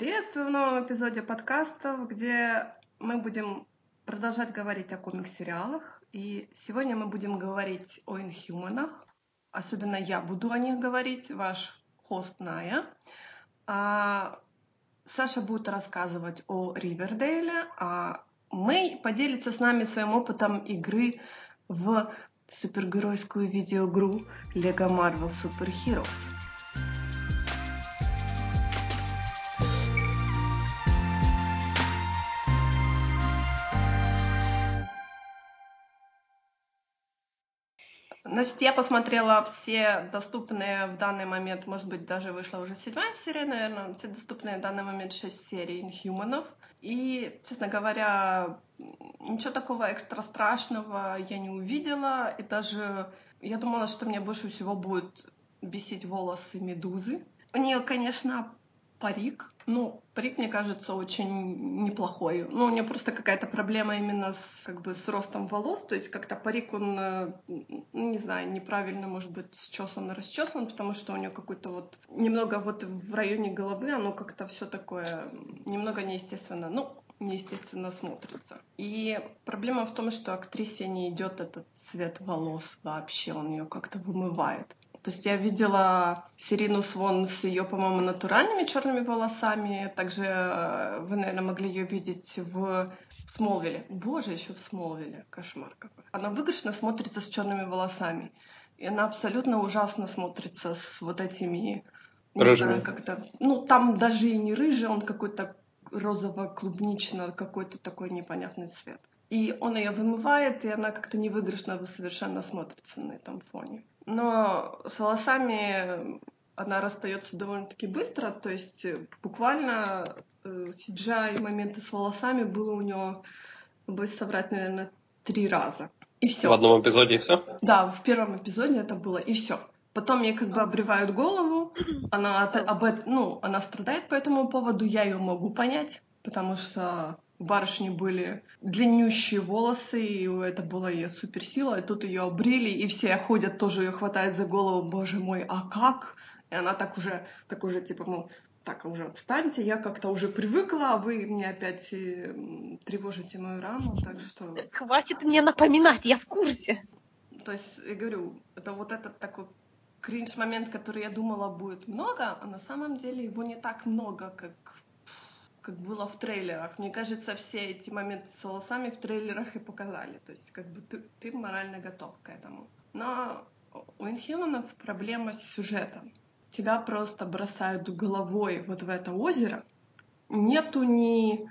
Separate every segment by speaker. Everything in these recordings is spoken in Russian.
Speaker 1: Приветствую в новом эпизоде подкастов, где мы будем продолжать говорить о комикс-сериалах. И сегодня мы будем говорить о Инхьюманах. Особенно я буду о них говорить, ваш хост Ная. Саша будет рассказывать о Ривердейле, а Мэй поделится с нами своим опытом игры в супергеройскую видеоигру Lego Marvel Super Heroes. Значит, я посмотрела все доступные в данный момент, может быть, даже вышла уже 7-я серия, наверное, все доступные в данный момент 6 серий Инхьюманов. И, честно говоря, ничего такого экстра страшного я не увидела. И даже я думала, что мне больше всего будет бесить волосы Медузы. У нее, конечно, парик. Парик, мне кажется, очень неплохой. У нее просто какая-то проблема именно с ростом волос. То есть как-то парик, он, не знаю, неправильно, может быть, расчесан, потому что у нее какой-то немного в районе головы оно как-то все такое немного неестественно смотрится. И проблема в том, что актрисе не идет этот цвет волос вообще, он ее как-то вымывает. То есть я видела Сирину Свон с ее, по-моему, натуральными черными волосами. Также вы, наверное, могли ее видеть в Смолвиле. Боже, еще в Смолвиле. Кошмар какой. Она выигрышно смотрится с черными волосами. И она абсолютно ужасно смотрится с этими...
Speaker 2: Рыжими.
Speaker 1: Там даже и не рыжий, он какой-то розово-клубнично, какой-то такой непонятный цвет. И он ее вымывает, и она как-то невыигрышно совершенно смотрится на этом фоне. Но с волосами она расстается довольно-таки быстро, то есть буквально CGI моменты с волосами было у нее, боюсь соврать, наверное, 3 раза. И все.
Speaker 2: В одном эпизоде и все?
Speaker 1: Да, в первом эпизоде это было, и все. Потом ей обрывают голову, она страдает по этому поводу, я ее могу понять, потому что у барышни были длиннющие волосы, и это была ее суперсила, и тут ее обрили, и все ходят, тоже ее хватает за голову, боже мой, а как? И она так уже типа, так, уже отстаньте, я как-то уже привыкла, а вы мне опять тревожите мою рану, так что...
Speaker 3: Хватит мне напоминать, я в курсе.
Speaker 1: То есть, я говорю, это этот такой кринж-момент, который я думала будет много, а на самом деле его не так много, как было в трейлерах. Мне кажется, все эти моменты с волосами в трейлерах и показали. То есть ты морально готов к этому. Но у Инхьюманов проблема с сюжетом. Тебя просто бросают головой в это озеро. Нету не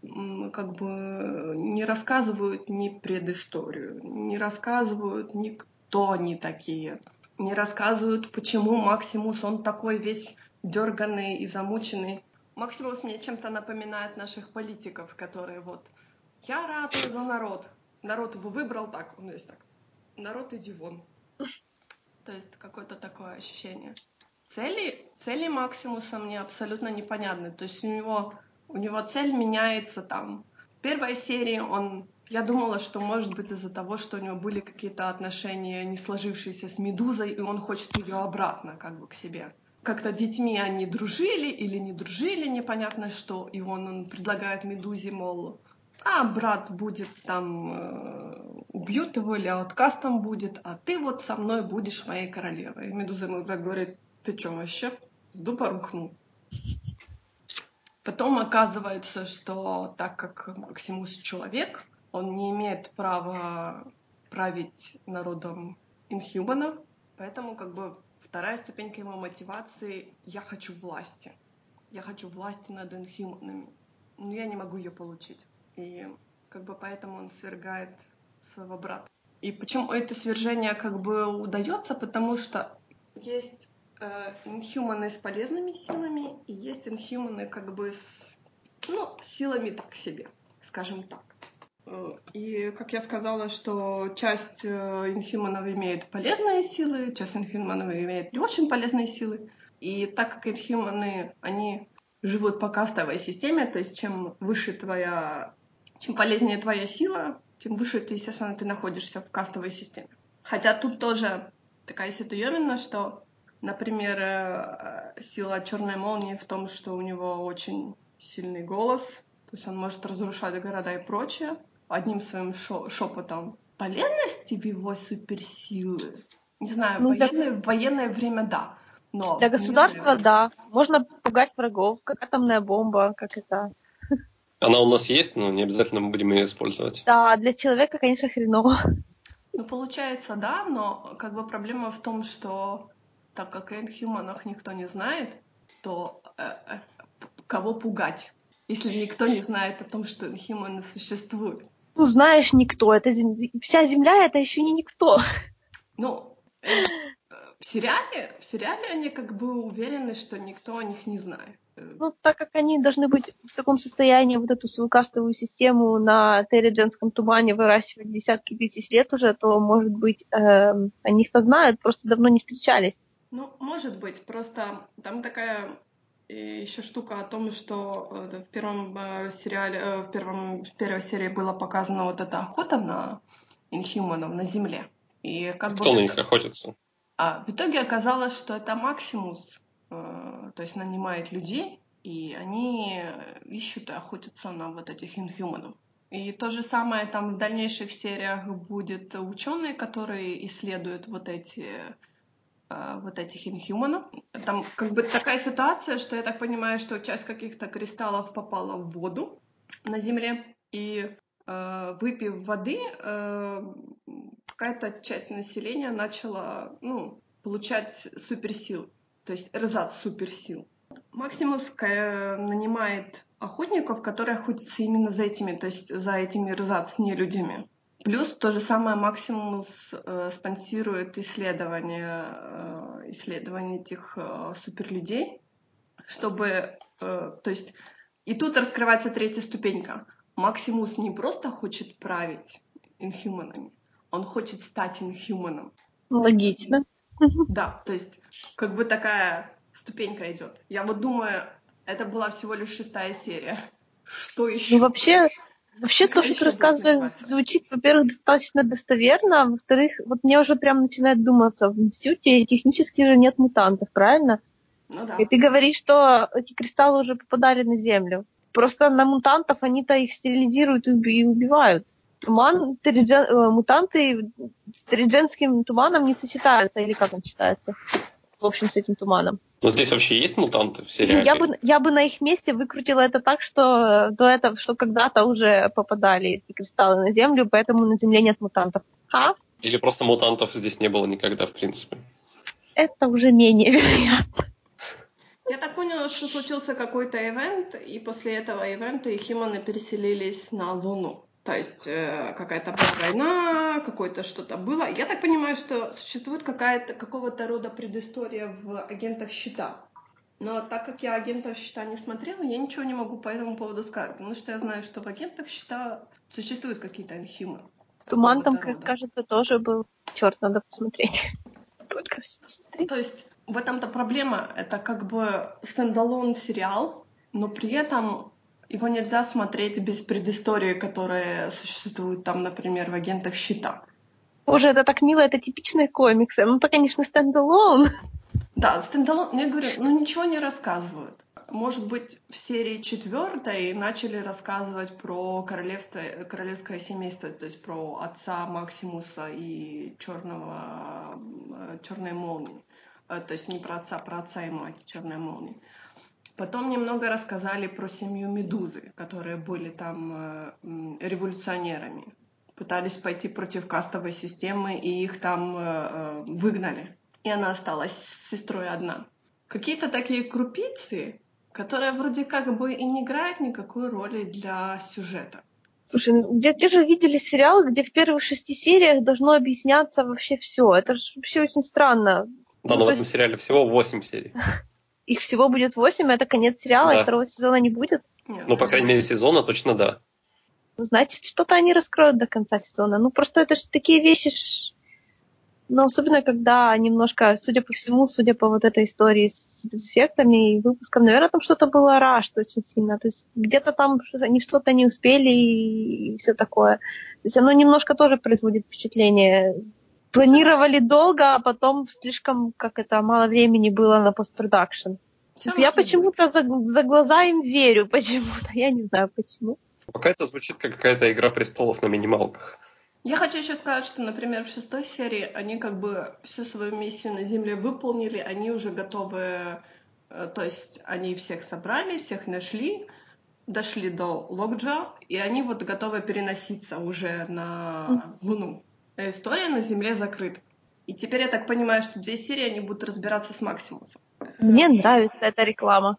Speaker 1: рассказывают ни предысторию, не рассказывают ни кто они такие. Не рассказывают, почему Максимус, он такой весь дерганный и замученный. Максимус мне чем-то напоминает наших политиков, которые я ратую за народ. Народ его выбрал так, он весь так. Народ, иди вон. То есть какое-то такое ощущение. Цели Максимуса мне абсолютно непонятны. То есть у него цель меняется там. В первой серии я думала, что может быть из-за того, что у него были какие-то отношения не сложившиеся с Медузой, и он хочет ее обратно к себе. Как-то детьми они дружили или не дружили, непонятно что, и он предлагает Медузе, мол, брат будет там, убьют его или отказ там будет, а ты со мной будешь моей королевой. И Медуза ему так говорит, ты что вообще, с дуба рухнул? Потом оказывается, что так как Максимус человек, он не имеет права править народом Инхьюманов, поэтому вторая ступенька его мотивации — я хочу власти. Я хочу власти над Инхьюманами, но я не могу ее получить. И поэтому он свергает своего брата. И почему это свержение удается? Потому что есть инхьюманы с полезными силами, и есть инхьюманы с силами так себе, скажем так. И, как я сказала, что часть инхьюманов имеет полезные силы, часть инхьюманов имеет не очень полезные силы. И так как инхьюманы, они живут по кастовой системе, то есть чем полезнее твоя сила, тем выше ты, естественно, находишься в кастовой системе. Хотя тут тоже такая ситуация, что Например, сила черной молнии в том, что у него очень сильный голос, то есть он может разрушать города и прочее одним своим шепотом. Полезности в его суперсилы? Не знаю,
Speaker 3: Ну,
Speaker 1: в военное время да. Но
Speaker 3: для
Speaker 1: в
Speaker 3: государства,
Speaker 1: мирное
Speaker 3: да. Можно пугать врагов, как атомная бомба, как это.
Speaker 2: Она у нас есть, но не обязательно мы будем ее использовать.
Speaker 3: Да, для человека, конечно, хреново.
Speaker 1: Ну, получается, да, но как бы проблема в том, что так как о Inhuman'ах никто не знает, то кого пугать, если никто не знает о том, что Inhumаны существуют?
Speaker 3: Ну, знаешь, никто. Вся Земля — это еще не никто.
Speaker 1: Ну, в сериале они как бы уверены, что никто о них не знает.
Speaker 3: Ну, так как они должны быть в таком состоянии, вот эту свою кастовую систему на Терридженском тумане выращивать десятки тысяч лет уже, то, может быть, они их-то знают, просто давно не встречались.
Speaker 1: Ну, может быть, просто там такая еще штука о том, что в первом сериале, в первой серии была показана вот эта охота на Инхьюманов на Земле. И как
Speaker 2: Кто
Speaker 1: бы
Speaker 2: на них охотится?
Speaker 1: в итоге оказалось, что это Максимус, то есть нанимает людей, и они ищут и охотятся на вот этих Инхьюманов. И то же самое там в дальнейших сериях будет ученые, которые исследуют вот этих инхьюманов. Там как бы такая ситуация, что я так понимаю, что часть каких-то кристаллов попала в воду на Земле, и выпив воды, какая-то часть населения начала получать суперсил, то есть эрзац суперсил. Максимус нанимает охотников, которые охотятся именно за этими, то есть за этими эрзац нелюдями. Плюс то же самое Максимус спонсирует исследования этих суперлюдей, чтобы, то есть, и тут раскрывается третья ступенька. Максимус не просто хочет править инхьюманами, он хочет стать инхьюманом.
Speaker 3: Логично.
Speaker 1: Да, то есть, как бы такая ступенька идет. Я вот думаю, это была всего лишь 6 серия. Что еще?
Speaker 3: Ну, вообще то, что ты рассказываешь, звучит, во-первых, достаточно достоверно, а во-вторых, вот мне уже прям начинает думаться, в институте технически же нет мутантов, правильно?
Speaker 1: Ну да.
Speaker 3: И ты говоришь, что эти кристаллы уже попадали на Землю. Просто на мутантов они-то их стерилизируют и убивают. Мутанты с терридженским туманом не сочетаются, или как он читается, в общем, с этим туманом.
Speaker 2: Но здесь вообще есть мутанты в сериале?
Speaker 3: Я бы на их месте выкрутила это так, что до этого, что когда-то уже попадали эти кристаллы на Землю, поэтому на Земле нет мутантов.
Speaker 2: Или просто мутантов здесь не было никогда, в принципе?
Speaker 3: Это уже менее вероятно.
Speaker 1: Я так поняла, что случился какой-то ивент, и после этого ивента Инхьюманы переселились на Луну. То есть какая-то была война, какое-то что-то было. Я так понимаю, что существует какого-то рода предыстория в «Агентах Щита». Но так как я «Агентов Щита» не смотрела, я ничего не могу по этому поводу сказать. Потому что я знаю, что в «Агентах Щита» существуют какие-то инхьюманы.
Speaker 3: Туман там, кажется, тоже был. Черт, надо посмотреть. Только все посмотреть.
Speaker 1: То есть в этом-то проблема. Это как бы стендалон сериал, но при этом его нельзя смотреть без предыстории, которые существуют там, например, в «Агентах Щита».
Speaker 3: Боже, это так мило, это типичные комиксы. Ну, это, конечно, стендалон.
Speaker 1: Да, стендалон, я говорю, ничего не рассказывают. Может быть, в серии 4 начали рассказывать про королевское семейство, то есть про отца Максимуса и черной молнии. То есть не про отца и мать черной молнии. Потом немного рассказали про семью Медузы, которые были там революционерами. Пытались пойти против кастовой системы, и их там выгнали. И она осталась с сестрой одна. Какие-то такие крупицы, которые вроде как бы и не играют никакой роли для сюжета.
Speaker 3: Слушай, где же видели сериал, где в первых 6 сериях должно объясняться вообще все? Это же вообще очень странно.
Speaker 2: Да, но в этом сериале всего 8 серий.
Speaker 3: Их всего будет 8, это конец сериала,
Speaker 2: Да.
Speaker 3: И второго сезона не будет?
Speaker 1: Нет,
Speaker 2: Ну, по крайней мере, сезона точно да.
Speaker 3: Значит, что-то они раскроют до конца сезона. Ну, просто это же такие вещи... Но особенно, когда немножко, судя по всему, судя по вот этой истории с спецэффектами и выпуском, наверное, там что-то было рашт очень сильно. То есть где-то там они что-то не успели и все такое. То есть оно немножко тоже производит впечатление планировали долго, а потом слишком, мало времени было на постпродакшн. Я почему-то за глаза им верю, почему-то, я не знаю почему.
Speaker 2: Пока это звучит как какая-то «Игра престолов» на минималках.
Speaker 1: Я хочу еще сказать, что, например, в 6 серии они как бы всю свою миссию на Земле выполнили, они уже готовы, то есть они всех собрали, всех нашли, дошли до Локджа, и они вот готовы переноситься уже на Луну. История на Земле закрыта. И теперь я так понимаю, что 2 серии они будут разбираться с Максимусом.
Speaker 3: Мне нравится эта реклама.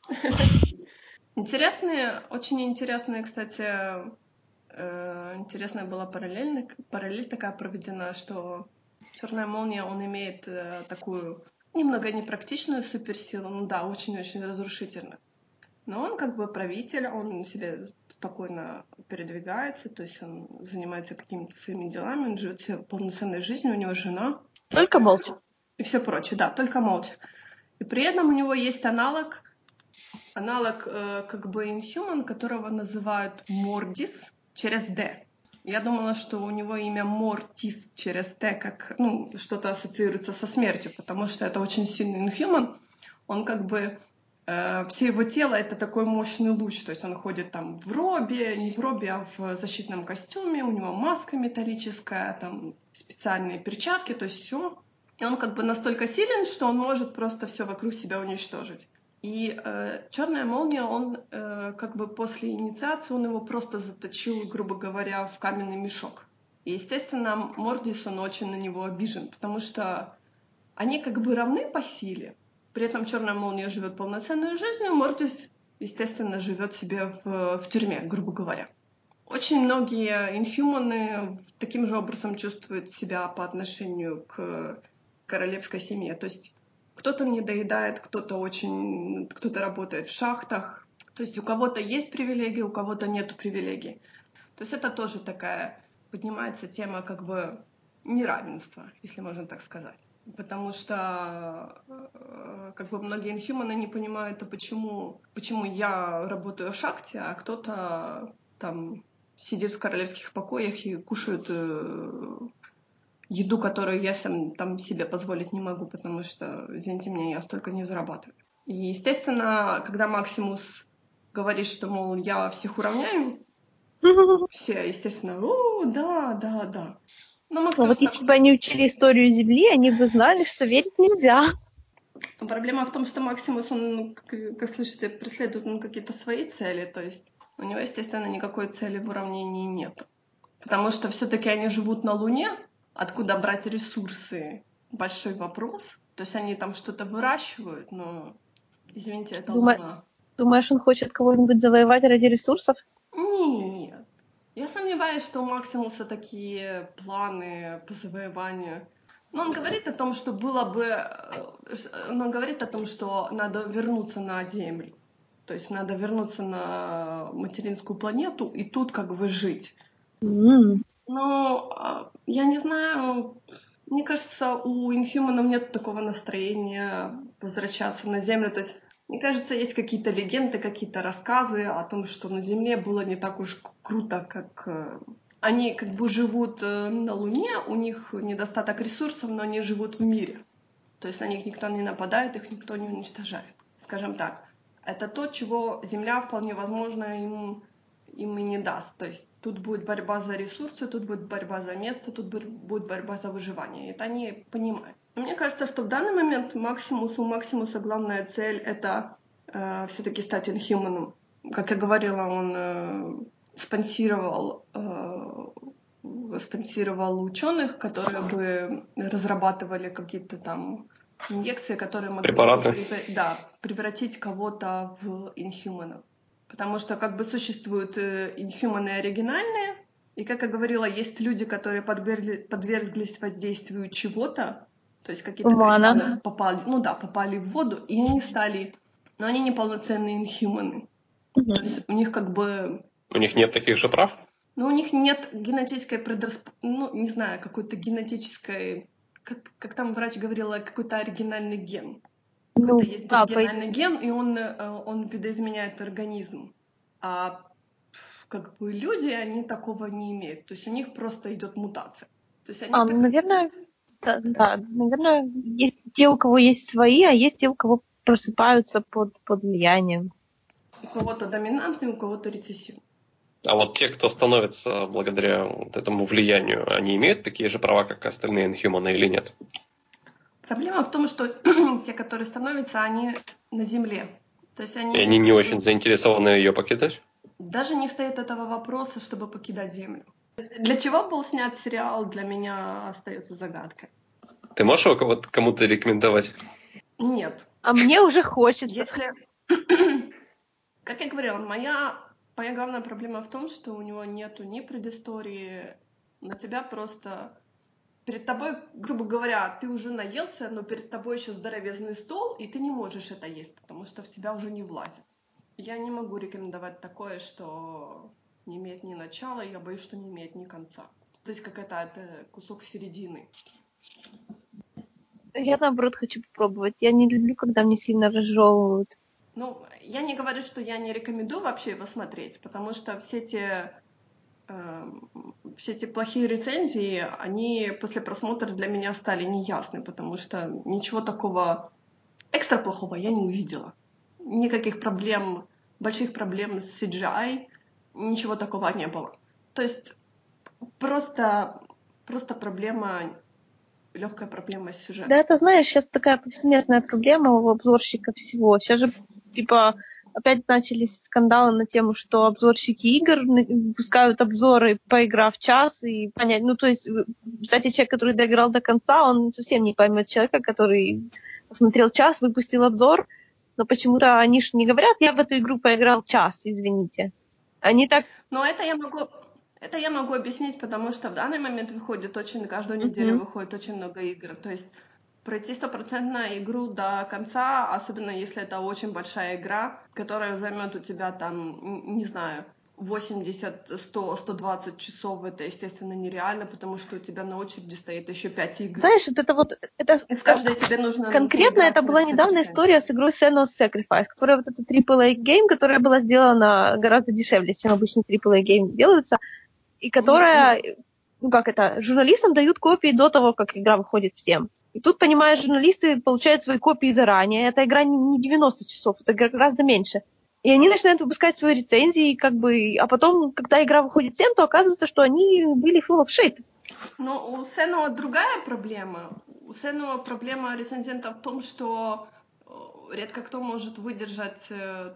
Speaker 1: Очень интересные, кстати, интересная была параллель такая проведена, что Черная молния, он имеет такую немного непрактичную суперсилу, ну да, очень-очень разрушительную. Но он как бы правитель, он себе спокойно передвигается, то есть он занимается какими-то своими делами, он живет себе полноценной жизнью, у него жена.
Speaker 3: Только молча.
Speaker 1: И все прочее, да, только молча. И при этом у него есть аналог как бы Inhuman, которого называют Мордис через «Д». Я думала, что у него имя Мортис через «Т», как что-то ассоциируется со смертью, потому что это очень сильный Inhuman. Он как бы... все его тело — это такой мощный луч, то есть он ходит там в робе, не в робе, а в защитном костюме, у него маска металлическая, там специальные перчатки, то есть все. И он как бы настолько силен, что он может просто все вокруг себя уничтожить. И Черная молния, он как бы после инициации, он его просто заточил, грубо говоря, в каменный мешок. И, естественно, Мордис, он очень на него обижен, потому что они как бы равны по силе. При этом Черная молния живет полноценную жизнь, и Мордис, естественно, живет себе в тюрьме, грубо говоря. Очень многие инхьюманы таким же образом чувствуют себя по отношению к королевской семье. То есть кто-то не доедает, кто-то работает в шахтах. То есть у кого-то есть привилегии, у кого-то нет привилегий. То есть это тоже такая поднимается тема как бы неравенства, если можно так сказать. Потому что как бы многие инхьюманы не понимают, а почему я работаю в шахте, а кто-то там сидит в королевских покоях и кушает еду, которую я сам там себе позволить не могу, потому что, извините меня, я столько не зарабатываю. И, естественно, когда Максимус говорит, что, мол, я всех уравняю, все, естественно, о, да.
Speaker 3: Но вот если бы они учили историю Земли, они бы знали, что верить нельзя.
Speaker 1: Проблема в том, что Максимус, он, как слышите, преследует какие-то свои цели, то есть у него, естественно, никакой цели в уравнении нет. Потому что все-таки они живут на Луне, откуда брать ресурсы — большой вопрос. То есть они там что-то выращивают, но, извините, это Луна.
Speaker 3: Думаешь, он хочет кого-нибудь завоевать ради ресурсов?
Speaker 1: Нет. Я сомневаюсь, что у Максимуса такие планы по завоеванию. Но он говорит о том, что он говорит о том, что надо вернуться на Землю. То есть надо вернуться на материнскую планету и тут как бы жить. Но я не знаю, мне кажется, у инхьюманов нет такого настроения возвращаться на Землю. То есть, мне кажется, есть какие-то легенды, какие-то рассказы о том, что на Земле было не так уж круто, как... Они как бы живут на Луне, у них недостаток ресурсов, но они живут в мире. То есть на них никто не нападает, их никто не уничтожает. Скажем так, это то, чего Земля вполне возможно им и не даст. То есть тут будет борьба за ресурсы, тут будет борьба за место, тут будет борьба за выживание. Это они понимают. Но мне кажется, что в данный момент у Максимуса главная цель — это все-таки стать инхьюманом. Как я говорила, он спонсировал ученых, которые бы разрабатывали какие-то там инъекции, которые могли превратить кого-то в инхьюманов. Потому что как бы существуют инхьюманы оригинальные, и, как я говорила, есть люди, которые подверглись воздействию чего-то, то есть какие-то кристаллы попали в воду, и они стали... Но они не полноценные инхьюманы. То есть у них как бы...
Speaker 2: У них нет таких же прав?
Speaker 1: Ну, у них нет генетической не знаю, какой-то генетической... Как там врач говорила, какой-то оригинальный ген. Какой-то есть оригинальный ген, и он видоизменяет организм. А как бы люди, они такого не имеют. То есть у них просто идет мутация. То есть они
Speaker 3: наверное, Да, наверное, есть те, у кого есть свои, а есть те, у кого просыпаются под влиянием.
Speaker 1: У кого-то доминантный, у кого-то рецессивный.
Speaker 2: А вот те, кто становится благодаря вот этому влиянию, они имеют такие же права, как остальные Inhuman, или нет?
Speaker 1: Проблема в том, что те, которые становятся, они на земле. То есть
Speaker 2: И они не очень заинтересованы ее покидать?
Speaker 1: Даже не стоит этого вопроса, чтобы покидать Землю. Для чего был снят сериал, для меня остается загадкой.
Speaker 2: Ты можешь его кому-то рекомендовать?
Speaker 1: Нет.
Speaker 3: А мне уже хочется.
Speaker 1: Если... Как я говорила, моя главная проблема в том, что у него нету ни предыстории, на тебя просто... Перед тобой, грубо говоря, ты уже наелся, но перед тобой еще здоровезный стол, и ты не можешь это есть, потому что в тебя уже не влазит. Я не могу рекомендовать такое, что не имеет ни начала, я боюсь, что не имеет ни конца. То есть какая-то это кусок середины.
Speaker 3: Я, наоборот, хочу попробовать. Я не люблю, когда мне сильно разжевывают.
Speaker 1: Ну, я не говорю, что я не рекомендую вообще его смотреть, потому что все эти плохие рецензии, они после просмотра для меня стали неясны, потому что ничего такого экстра плохого я не увидела. Никаких проблем, больших проблем с CGI, ничего такого не было. То есть просто проблема, легкая проблема с сюжетом.
Speaker 3: Да, это, знаешь, сейчас такая повсеместная проблема у обзорщиков всего. Сейчас же, типа, опять начались скандалы на тему, что обзорщики игр выпускают обзоры, поиграв час, и понять... Ну, то есть, кстати, человек, который доиграл до конца, он совсем не поймет человека, который посмотрел час, выпустил обзор, но почему-то они же не говорят, я в эту игру поиграл час, извините. Они так...
Speaker 1: Но это я могу объяснить, потому что в данный момент каждую неделю выходит очень много игр. То есть пройти 100% игру до конца, особенно если это очень большая игра, которая займет у тебя там, не знаю, 80, 100, 120 часов, это, естественно, нереально, потому что у тебя на очереди стоит еще 5 игр.
Speaker 3: Знаешь, это
Speaker 1: в каждой тебе нужно...
Speaker 3: Конкретно это была недавно история с игрой Senua's Sacrifice, которая вот эта AAA-гейм, которая была сделана гораздо дешевле, чем обычно AAA-гейм делаются, и которая, журналистам дают копии до того, как игра выходит всем. И тут, понимаешь, журналисты получают свои копии заранее. Эта игра не 90 часов, это гораздо меньше. И они начинают выпускать свои рецензии, а потом, когда игра выходит всем, то оказывается, что они были full of shit.
Speaker 1: Но у Сенуа другая проблема. У Сенуа проблема рецензента в том, что редко кто может выдержать,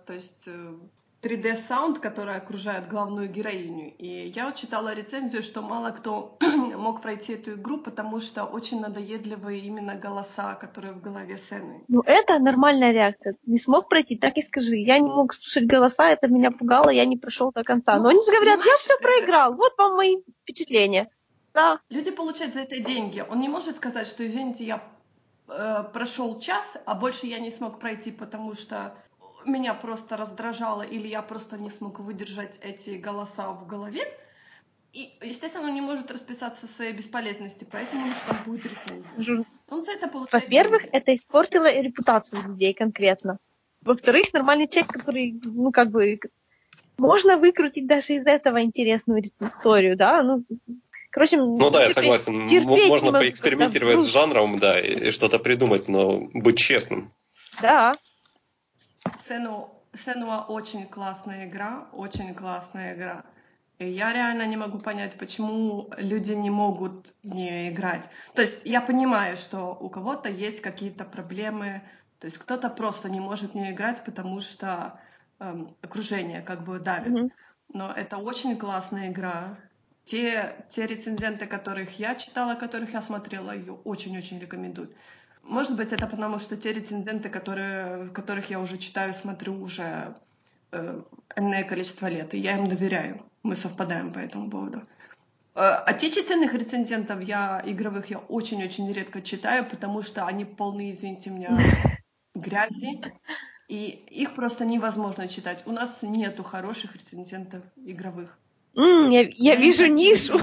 Speaker 1: 3D-саунд, который окружает главную героиню. И я читала рецензию, что мало кто мог пройти эту игру, потому что очень надоедливые именно голоса, которые в голове Сены.
Speaker 3: Ну, это нормальная реакция. Не смог пройти, так и скажи. Я не мог слушать голоса, это меня пугало, я не прошел до конца. Но они же говорят, я все проиграл, вот вам мои впечатления. Да.
Speaker 1: Люди получают за это деньги. Он не может сказать, что, извините, я прошел час, а больше я не смог пройти, потому что меня просто раздражало, или я просто не смог выдержать эти голоса в голове. И, естественно, он не может расписаться в своей бесполезности, поэтому он штампует рецензию. Он за это получает
Speaker 3: Во-первых,
Speaker 1: деньги.
Speaker 3: это испортило репутацию людей конкретно. Во-вторых, нормальный человек, который, можно выкрутить даже из этого интересную историю, да, короче...
Speaker 2: да, я согласен. Можно поэкспериментировать с жанром, да, и что-то придумать, но быть честным.
Speaker 3: Да.
Speaker 1: Сенуа очень классная игра, очень классная игра. И я реально не могу понять, почему люди не могут в нее играть. То есть я понимаю, что у кого-то есть какие-то проблемы, то есть кто-то просто не может в нее играть, потому что окружение как бы давит. Но это очень классная игра. Те рецензенты, которых я читала, которых я смотрела, ее очень-очень рекомендуют. Может быть, это потому, что те рецензенты, которых я уже читаю, смотрю уже энное количество лет, и я им доверяю. Мы совпадаем по этому поводу. Отечественных рецензентов игровых я очень-очень редко читаю, потому что они полны, извините меня, грязи, и их просто невозможно читать. У нас нету хороших рецензентов игровых.
Speaker 3: Я вижу нишу.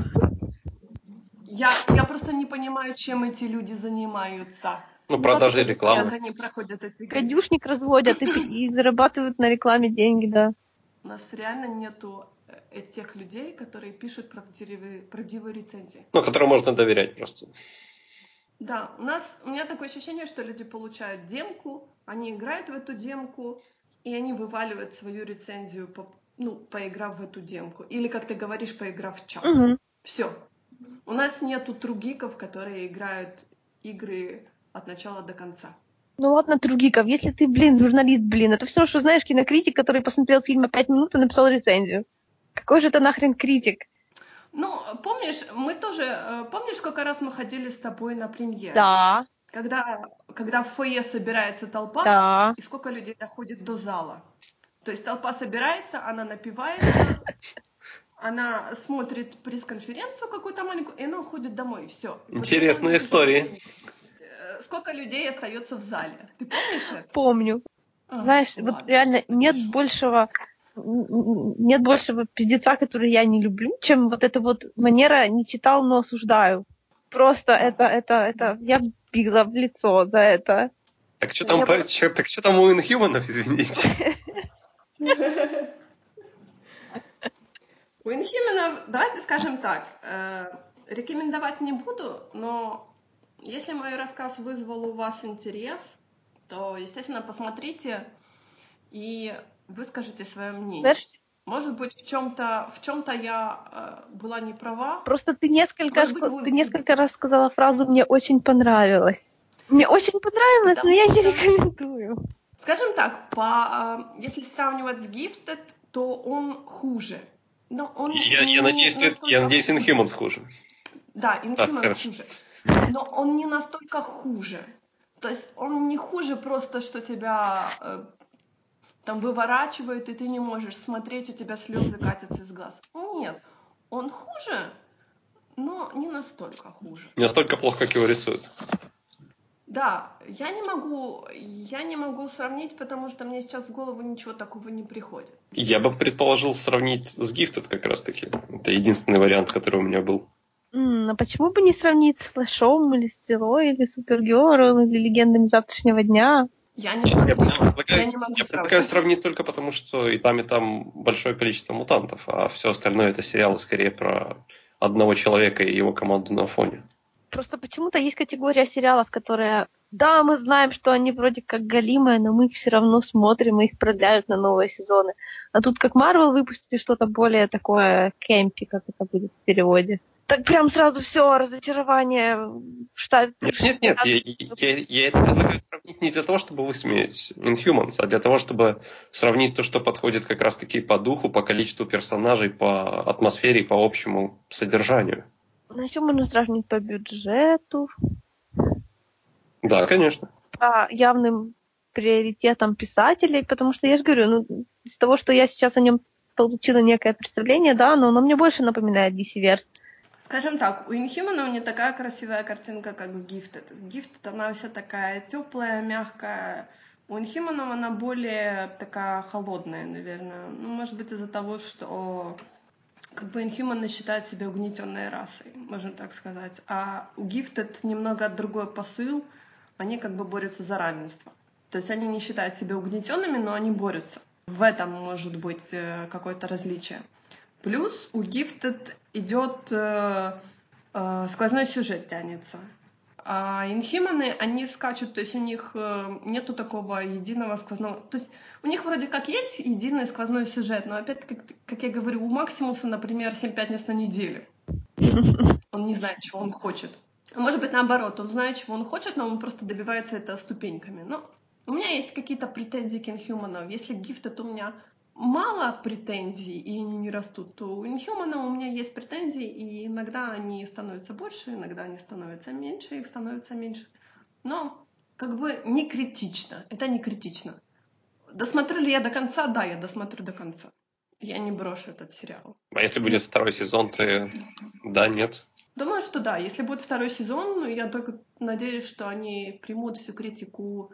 Speaker 1: Я просто не понимаю, чем эти люди занимаются.
Speaker 2: Продажи рекламы.
Speaker 1: Как они проходят эти игры.
Speaker 3: Гадюшник разводят и зарабатывают на рекламе деньги, да.
Speaker 1: У нас реально нету тех людей, которые пишут правдивые рецензии.
Speaker 2: Которым можно доверять просто.
Speaker 1: Да, у меня такое ощущение, что люди получают демку, они играют в эту демку, и они вываливают свою рецензию, поиграв в эту демку. Или, как ты говоришь, поиграв в час.
Speaker 3: Мгм.
Speaker 1: Все. У нас нету тругиков, которые играют игры от начала до конца.
Speaker 3: Ну ладно, Тругиков, если ты, журналист, это все равно, что знаешь кинокритик, который посмотрел фильм на 5 минут и написал рецензию. Какой же это нахрен критик?
Speaker 1: Ну, помнишь, помнишь, сколько раз мы ходили с тобой на премьеру?
Speaker 3: Да,
Speaker 1: Когда в фойе собирается толпа,
Speaker 3: да.
Speaker 1: и сколько людей доходит до зала. То есть толпа собирается, она напивается, она смотрит пресс-конференцию какую-то маленькую, и она уходит домой, и все.
Speaker 2: Интересные истории.
Speaker 1: Сколько людей остается в зале? Ты помнишь это?
Speaker 3: Помню. Знаешь,
Speaker 1: ладно,
Speaker 3: вот реально
Speaker 1: это
Speaker 3: нет
Speaker 1: хорошо.
Speaker 3: большего пиздеца, который я не люблю, чем вот эта вот манера «не читал, но осуждаю». Просто это я била в лицо за это.
Speaker 2: Так что там, у Inhuman'ов, извините?
Speaker 1: У Inhuman'ов, давайте скажем так, рекомендовать не буду, но если мой рассказ вызвал у вас интерес, то, естественно, посмотрите и выскажите свое мнение.
Speaker 3: Знаешь,
Speaker 1: может быть, в чем-то я была не права.
Speaker 3: Просто ты несколько раз сказала фразу «мне очень понравилось». Мне очень понравилось, но я не рекомендую.
Speaker 1: Скажем так, если сравнивать с Gifted, то он хуже. Но он
Speaker 2: я надеюсь, Inhumans хуже.
Speaker 1: Да, Inhumans хуже. Но он не настолько хуже. То есть он не хуже просто, что тебя там выворачивает, и ты не можешь смотреть, у тебя слезы катятся из глаз. Нет, он хуже, но не настолько хуже.
Speaker 2: Не настолько плохо, как его рисуют.
Speaker 1: Да, я не могу сравнить, потому что мне сейчас в голову ничего такого не приходит.
Speaker 2: Я бы предположил сравнить с Gifted как раз-таки. Это единственный вариант, который у меня был.
Speaker 3: А почему бы не сравнить с Флэшом, или Стрелой, или Супергерл, или Легендами завтрашнего дня?
Speaker 1: Я не
Speaker 2: предлагаю сравнить только потому, что и там большое количество мутантов, а все остальное это сериалы скорее про одного человека и его команду на фоне.
Speaker 3: Просто почему-то есть категория сериалов, которые... Да, мы знаем, что они вроде как галимые, но мы их все равно смотрим, и их продляют на новые сезоны. А тут как Marvel выпустили что-то более такое кемпи, как это будет в переводе. Так прям сразу все разочарование штаб.
Speaker 2: Нет, я это предлагаю сравнить не для того, чтобы высмеять Inhumans, а для того, чтобы сравнить то, что подходит как раз-таки по духу, по количеству персонажей, по атмосфере и по общему содержанию.
Speaker 3: Ну, еще можно сравнить по бюджету.
Speaker 2: Да, конечно.
Speaker 3: По явным приоритетам писателей, потому что я же говорю, из того, что я сейчас о нем получила некое представление, да, но оно мне больше напоминает DC-верс.
Speaker 1: Скажем так, у Inhuman'ов не такая красивая картинка, как в Gifted. В Gifted она вся такая теплая, мягкая. У Inhuman'ов она более такая холодная, наверное. Может быть, из-за того, что Inhumаны считают себя угнетенной расой, можно так сказать. А у Gifted немного другой посыл. Они борются за равенство. То есть они не считают себя угнетенными, но они борются. В этом может быть какое-то различие. Плюс у Gifted идет сквозной сюжет тянется. А Inhumаны, они скачут, то есть у них нету такого единого сквозного... То есть у них вроде как есть единый сквозной сюжет, но опять, как я говорю, у Максимуса, например, 7 пятниц на неделю. Он не знает, чего он хочет. Может быть, наоборот, он знает, чего он хочет, но он просто добивается это ступеньками. Но у меня есть какие-то претензии к Inhuman'ам. Если Gifted у меня мало претензий, и они не растут, то у Inhuman'ов у меня есть претензии, и иногда они становятся больше, иногда они становятся меньше, их становится меньше. Но не критично. Это не критично. Досмотрю ли я до конца? Да, я досмотрю до конца. Я не брошу этот сериал.
Speaker 2: А если будет второй сезон, то да, нет?
Speaker 1: Думаю, что да. Если будет второй сезон, я только надеюсь, что они примут всю критику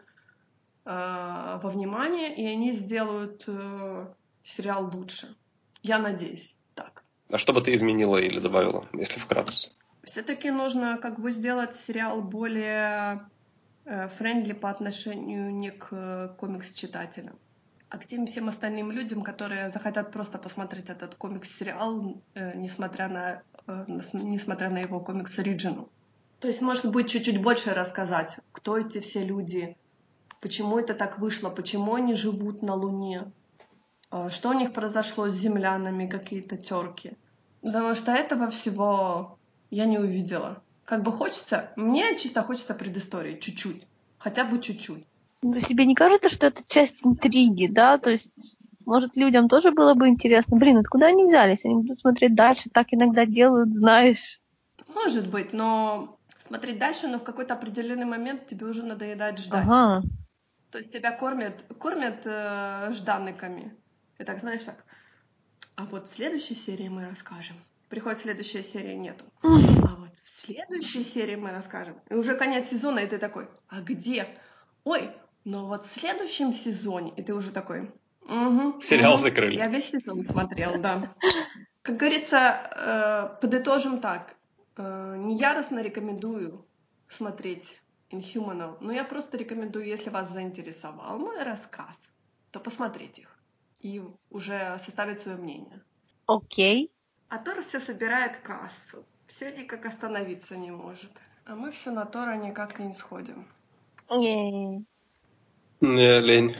Speaker 1: во внимание, и они сделают сериал лучше. Я надеюсь, так.
Speaker 2: А что бы ты изменила или добавила, если вкратце?
Speaker 1: Все-таки нужно сделать сериал более френдли по отношению не к комикс-читателям, а к тем всем остальным людям, которые захотят просто посмотреть этот комикс-сериал, несмотря на его комикс-оригинал. То есть, может быть, чуть-чуть больше рассказать, кто эти все люди, почему это так вышло, почему они живут на Луне, что у них произошло с землянами, какие-то терки. Потому что этого всего я не увидела. Как бы мне чисто хочется предыстории, чуть-чуть, хотя бы чуть-чуть.
Speaker 3: Ну, тебе не кажется, что это часть интриги, да? То есть, может, людям тоже было бы интересно. Блин, откуда они взялись? Они будут смотреть дальше, так иногда делают, знаешь.
Speaker 1: Может быть, но смотреть дальше, но в какой-то определенный момент тебе уже надоедает ждать.
Speaker 3: Ага.
Speaker 1: То есть тебя кормят жданниками. И так, знаешь, так. А вот в следующей серии мы расскажем. Приходит следующая серия, нету. А вот в следующей серии мы расскажем. И уже конец сезона, и ты такой, а где? Ой, но вот в следующем сезоне. И ты уже такой,
Speaker 2: Сериал закрыли.
Speaker 1: Я весь сезон смотрел, да. Как говорится, подытожим так. Не яростно рекомендую смотреть Inhumanов, но я просто рекомендую, если вас заинтересовал мой рассказ, то посмотреть их и уже составить свое мнение.
Speaker 3: Окей.
Speaker 1: А Тор все собирает кассу, все никак остановиться не может. А мы все на Тора никак не сходим.
Speaker 3: Не.
Speaker 2: Не, лень.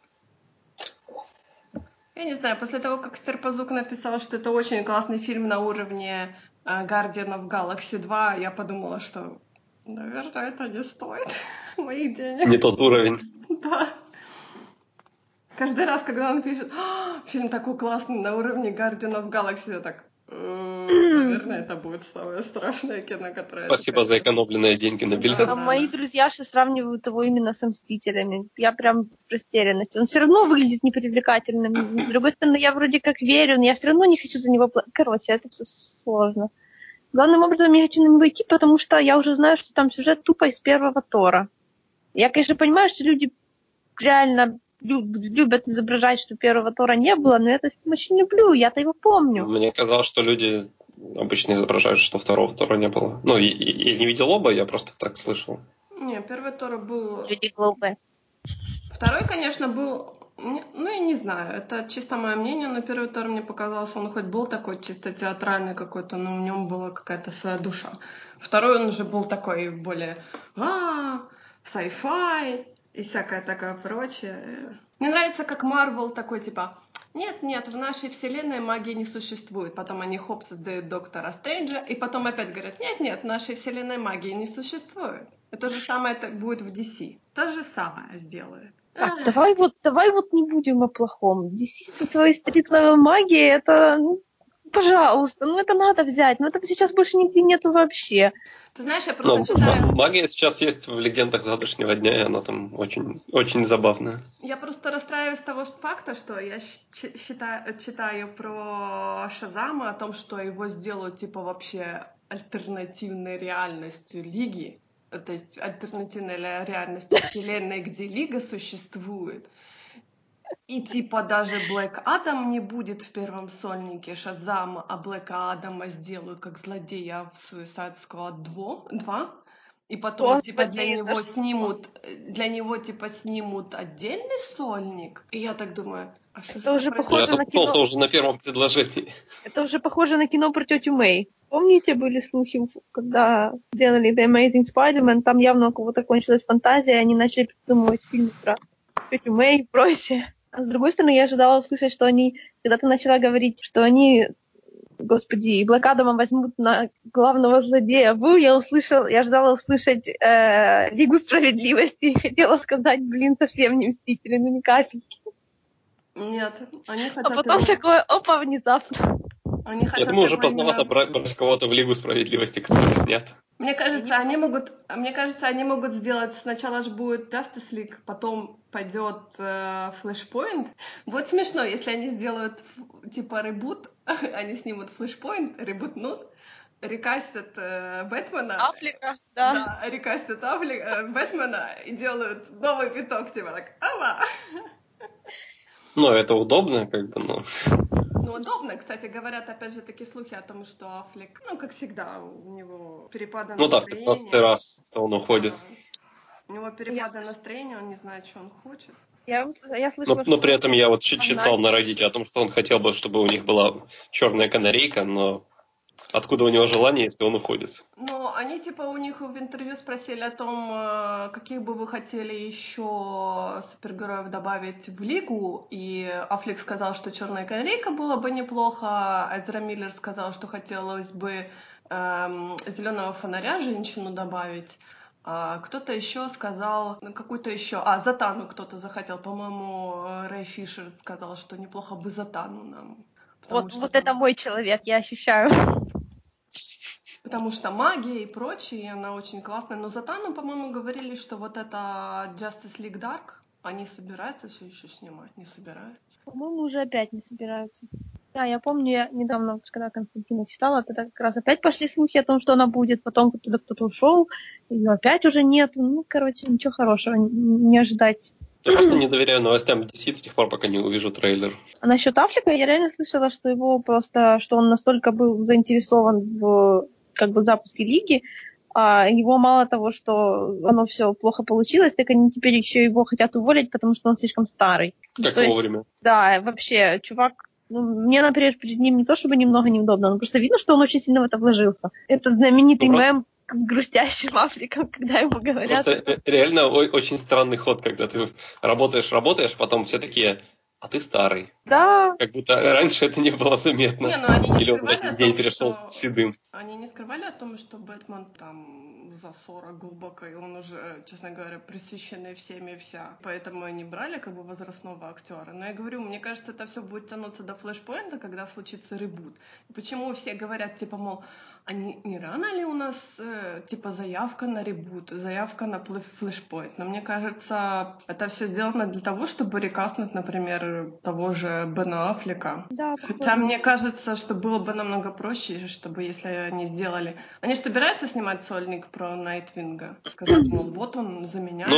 Speaker 1: Я не знаю, после того, как Стерпазук написал, что это очень классный фильм на уровне Guardian of Galaxy 2, я подумала, что, наверное, это не стоит моих денег.
Speaker 2: Не тот уровень.
Speaker 1: Да. Каждый раз, когда он пишет, фильм такой классный на уровне Guardian of Galaxy, я так, наверное, это будет самое страшное кино, которое...
Speaker 2: Спасибо за экономленные деньги на билет.
Speaker 3: А мои друзья сейчас сравнивают его именно с «Мстителями». Я прям в растерянности. Он все равно выглядит непривлекательным. С другой стороны, я вроде как верю, но я все равно не хочу за него... Короче, это все сложно. Главным образом, я хочу на него идти, потому что я уже знаю, что там сюжет тупо из первого Тора. Я, конечно, понимаю, что люди реально любят изображать, что первого Тора не было, но я этот фильм очень люблю, я-то его помню.
Speaker 2: Мне казалось, что люди обычно изображают, что второго Тора не было. Ну, я не видел оба, я просто так слышал.
Speaker 1: Не, первый Тор был...
Speaker 3: Люди глупые.
Speaker 1: Второй, конечно, был... Ну, я не знаю, это чисто мое мнение, но первый Тор мне показался, он хоть был такой чисто театральный какой-то, но в нем была какая-то своя душа. Второй он уже был такой более sci-fi и всякое такое прочее. Мне нравится, как Марвел такой, типа, нет, в нашей вселенной магии не существует. Потом они создают Доктора Стрэнджа, и потом опять говорят, нет, в нашей вселенной магии не существует. И то же самое будет в DC. То же самое сделают.
Speaker 3: Так, давай вот не будем о плохом. DC со своей стрит-левел магией, это, пожалуйста, это надо взять. Но этого сейчас больше нигде нету вообще.
Speaker 1: Ты знаешь, я просто читаю...
Speaker 2: Магия сейчас есть в «Легендах завтрашнего дня», и она там очень, очень забавная.
Speaker 1: Я просто расстраиваюсь того факта, что я читаю про Шазама, о том, что его сделают типа вообще альтернативной реальностью Лиги. То есть альтернативной реальностью вселенной, где Лига существует. И типа даже Блэк Адам не будет в первом сольнике Шазама, а Блэка Адама сделают как злодея в Suicide Squad 2. И потом
Speaker 3: Господи,
Speaker 1: для него снимут отдельный сольник. И я так думаю, а что же
Speaker 3: уже похоже
Speaker 2: я запутался уже на первом предложении.
Speaker 3: Это уже похоже на кино про тетю Мэй. Помните, были слухи, когда делали The Amazing Spider-Man, там явно у кого-то кончилась фантазия, и они начали придумывать фильмы про тетю Мэй и прочее. А с другой стороны, я ожидала услышать, что они, когда ты начала говорить, что они, господи, Блэк Адама возьмут на главного злодея, я ожидала услышать Лигу Справедливости и хотела сказать, совсем не Мстители, ни капельки.
Speaker 1: Нет, они хотят...
Speaker 3: А потом такое, опа, внезапно.
Speaker 2: Я думаю, уже поздновато брать кого-то в Лигу Справедливости, который снят.
Speaker 1: Мне кажется, они могут сделать, сначала же будет Justice League, потом пойдет Flashpoint. Вот смешно, если они сделают типа ребут, они снимут Flashpoint, ребутнут, рекастят Бэтмена.
Speaker 3: Аффлека, да.
Speaker 1: Да, рекастят Бэтмена и делают новый виток, типа так, ава!
Speaker 2: Ну, это удобно, но...
Speaker 1: Ну, удобно. Кстати, говорят, опять же, такие слухи о том, что Аффлек, как всегда, у него перепады настроения.
Speaker 2: Ну да, в 15-й раз он уходит.
Speaker 1: У него перепады настроения, он не знает, что он хочет.
Speaker 3: Я слышала,
Speaker 2: но при этом я читал на Reddit о том, что он хотел бы, чтобы у них была черная канарейка, но откуда у него желание, если он уходит?
Speaker 1: Ну, они типа у них в интервью спросили о том, каких бы вы хотели еще супергероев добавить в Лигу, и Аффлек сказал, что Черная Канарейка было бы неплохо, а Эзра Миллер сказал, что хотелось бы Зеленого Фонаря, женщину добавить. А кто-то еще сказал, какую-то еще... Затану кто-то захотел, по-моему, Рэй Фишер сказал, что неплохо бы Затану нам.
Speaker 3: Вот это мой человек, я ощущаю.
Speaker 1: Потому что магия и прочее, она очень классная. Но Затану, по-моему, говорили, что вот это Justice League Dark, они собираются все еще снимать, не собираются.
Speaker 3: По-моему, уже опять не собираются. Да, я помню, я недавно, когда Константина читала, тогда как раз опять пошли слухи о том, что она будет, потом туда кто-то ушел, ее опять уже нет. Ну, короче, ничего хорошего не ожидать.
Speaker 2: Я просто не доверяю новостям DC до тех пор, пока не увижу трейлер.
Speaker 3: А насчет Аффлека я реально слышала, что что он настолько был заинтересован в запуске Лиги, а его мало того, что оно все плохо получилось, так они теперь еще его хотят уволить, потому что он слишком старый.
Speaker 2: Как вовремя.
Speaker 3: Да, вообще, чувак, мне, например, перед ним не то чтобы немного неудобно, но просто видно, что он очень сильно в это вложился. Это знаменитый мем с грустящим Аффлеком, когда ему говорят...
Speaker 2: Просто реально очень странный ход, когда ты работаешь, потом все такие... А ты старый.
Speaker 3: Да.
Speaker 2: Как будто раньше это не было заметно.
Speaker 1: Или
Speaker 2: он в один день перешел седым.
Speaker 1: Они не скрывали о том, что Бэтмен там за 40 глубоко, и он уже, честно говоря, пресыщенный всеми вся. Поэтому они брали возрастного актера. Но я говорю, мне кажется, это все будет тянуться до флешпоинта, когда случится ребут. И почему все говорят, типа, мол, а не рано ли у нас, заявка на ребут, заявка на флешпоинт? Но мне кажется, это все сделано для того, чтобы рекастнуть, например, того же Бена Аффлека.
Speaker 3: Да,
Speaker 1: хотя мне кажется, что было бы намного проще, чтобы если они сделали... Они же собираются снимать сольник про Найтвинга. Сказать, мол, вот он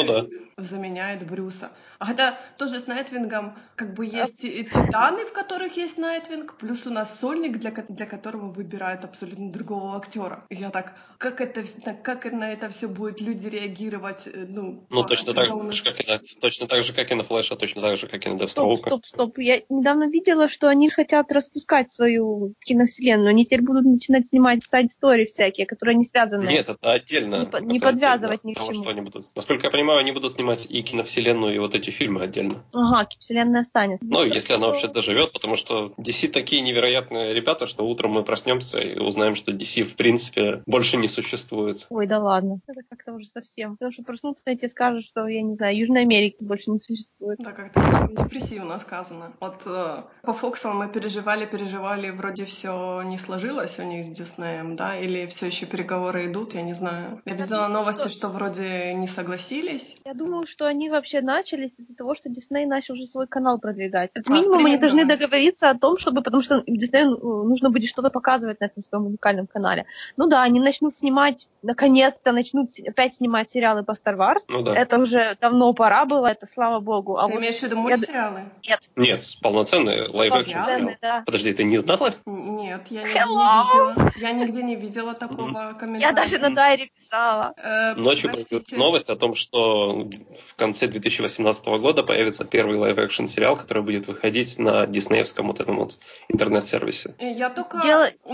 Speaker 1: заменяет Брюса. А хотя тоже с Найтвингом есть и Титаны, в которых есть Найтвинг, плюс у нас сольник, для которого выбирают абсолютно другого актера. И я так, как на это все будет люди реагировать?
Speaker 2: Точно так же, как и на Флэша, точно так же, как и на Дефстроука.
Speaker 3: Стоп. Я недавно видела, что они хотят распускать свою киновселенную. Они теперь будут начинать снимать сайд-стори всякие, которые не связаны.
Speaker 2: Нет, это отдельно.
Speaker 3: Не подвязывать ни к чему.
Speaker 2: Насколько я понимаю, они будут снимать и киновселенную, и вот эти фильмы отдельно.
Speaker 3: Ага, вселенная останется.
Speaker 2: Если она вообще доживет, потому что DC такие невероятные ребята, что утром мы проснемся и узнаем, что DC в принципе больше не существует.
Speaker 3: Ой, да ладно. Это как-то уже совсем. Потому что проснутся и тебе скажут, что, я не знаю, Южной Америки больше не существует.
Speaker 1: Да, как-то очень депрессивно сказано. Вот по Фоксам мы переживали, вроде все не сложилось у них с Диснеем, да, или все еще переговоры идут, я не знаю. Я видела новости, что вроде не согласились.
Speaker 3: Я думаю, что они вообще начались из-за того, что Дисней начал уже свой канал продвигать. Как минимум они должны договориться о том, потому что Диснею нужно будет что-то показывать на этом своем уникальном канале. Ну да, они начнут снимать, наконец-то начнут опять снимать сериалы по Star Wars.
Speaker 2: Ну да.
Speaker 3: Это уже давно пора было, это слава богу.
Speaker 1: Ты имеешь в виду мультсериалы?
Speaker 3: Нет,
Speaker 2: полноценные лайв-экшн сериалы.
Speaker 3: Да.
Speaker 2: Подожди, ты не знала?
Speaker 1: Нет, я не видела. Я нигде не видела такого комментария.
Speaker 3: Я даже на Дайре писала.
Speaker 2: Ночью появилась новость о том, что в конце 2018 года появится первый лайв-экшн сериал, который будет выходить на диснеевском интернет-сервисе.
Speaker 1: Я только... У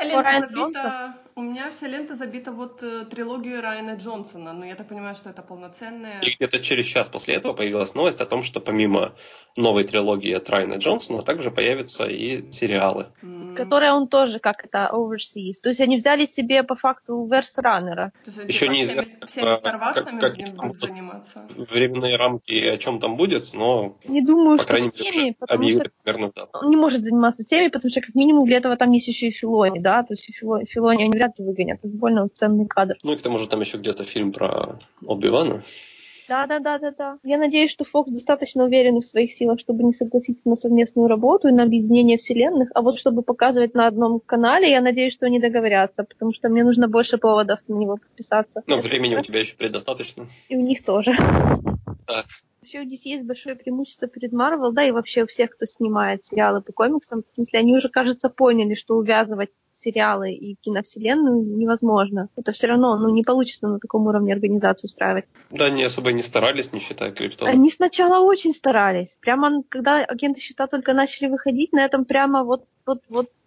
Speaker 1: меня вся лента забита трилогией Райана Джонсона, но я так понимаю, что это полноценная...
Speaker 2: И где-то через час после этого появилась новость о том, что помимо новой трилогии от Райана Джонсона также появятся и сериалы.
Speaker 3: Которые он тоже, overseas. То есть они взяли себе по факту верс-раннера.
Speaker 2: Еще неизвестно,
Speaker 1: всеми Star Wars'ами будут заниматься.
Speaker 2: Временные рамки о чем там будет, но...
Speaker 3: Не думаю,
Speaker 2: по крайней
Speaker 3: что всеми,
Speaker 2: потому что примерно, да.
Speaker 3: Он не может заниматься всеми, потому что как минимум для этого там есть еще и Филони, да, то есть Филони они вряд ли выгонят, это больно ценный кадр.
Speaker 2: Ну и к тому же там еще где-то фильм про Оби-Вана.
Speaker 3: Да. Я надеюсь, что Fox достаточно уверены в своих силах, чтобы не согласиться на совместную работу и на объединение вселенных, а вот чтобы показывать на одном канале, я надеюсь, что они договорятся, потому что мне нужно больше поводов на него подписаться.
Speaker 2: Но времени у тебя еще предостаточно.
Speaker 3: И у них тоже.
Speaker 2: Да.
Speaker 3: Вообще у DC есть большое преимущество перед Marvel, да, и вообще у всех, кто снимает сериалы по комиксам, в смысле, они уже, кажется, поняли, что увязывать сериалы и киновселенную невозможно. Это все равно, не получится на таком уровне организацию устраивать.
Speaker 2: Да, они особо не старались, не считая Криптона.
Speaker 3: Они сначала очень старались. Прямо, когда агенты щита только начали выходить, на этом прямо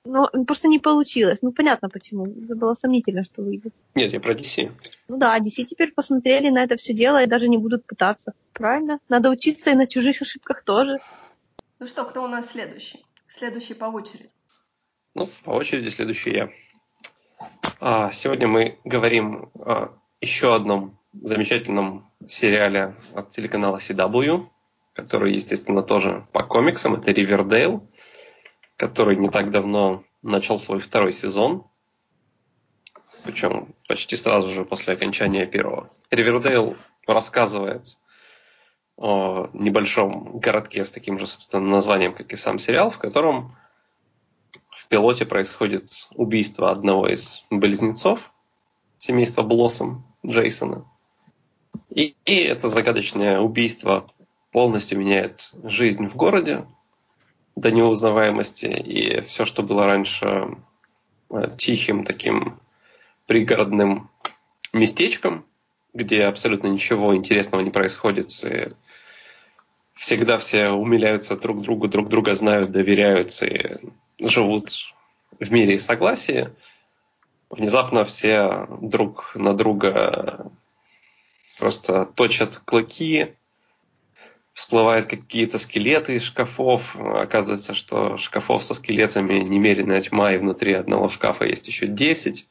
Speaker 3: Но просто не получилось. Ну, понятно почему. Это было сомнительно, что выйдет.
Speaker 2: Нет, я про DC.
Speaker 3: Ну да, DC теперь посмотрели на это все дело и даже не будут пытаться. Правильно? Надо учиться и на чужих ошибках тоже.
Speaker 1: Ну что, кто у нас следующий? Следующий по очереди.
Speaker 2: Ну, по очереди следующий я. Сегодня мы говорим о еще одном замечательном сериале от телеканала CW, который, естественно, тоже по комиксам. Это «Ривердейл», который не так давно начал свой второй сезон, причем почти сразу же после окончания первого. «Ривердейл» рассказывает о небольшом городке с таким же, собственно, названием, как и сам сериал, в котором в пилоте происходит убийство одного из близнецов семейства Блоссом, Джейсона. И это загадочное убийство полностью меняет жизнь в городе до неузнаваемости. И все, что было раньше тихим таким пригородным местечком, где абсолютно ничего интересного не происходит, и всегда все умиляются друг друга знают, доверяются и живут в мире и согласии, внезапно все друг на друга просто точат клыки, всплывают какие-то скелеты из шкафов. Оказывается, что шкафов со скелетами немеренная тьма, и внутри одного шкафа есть еще 10.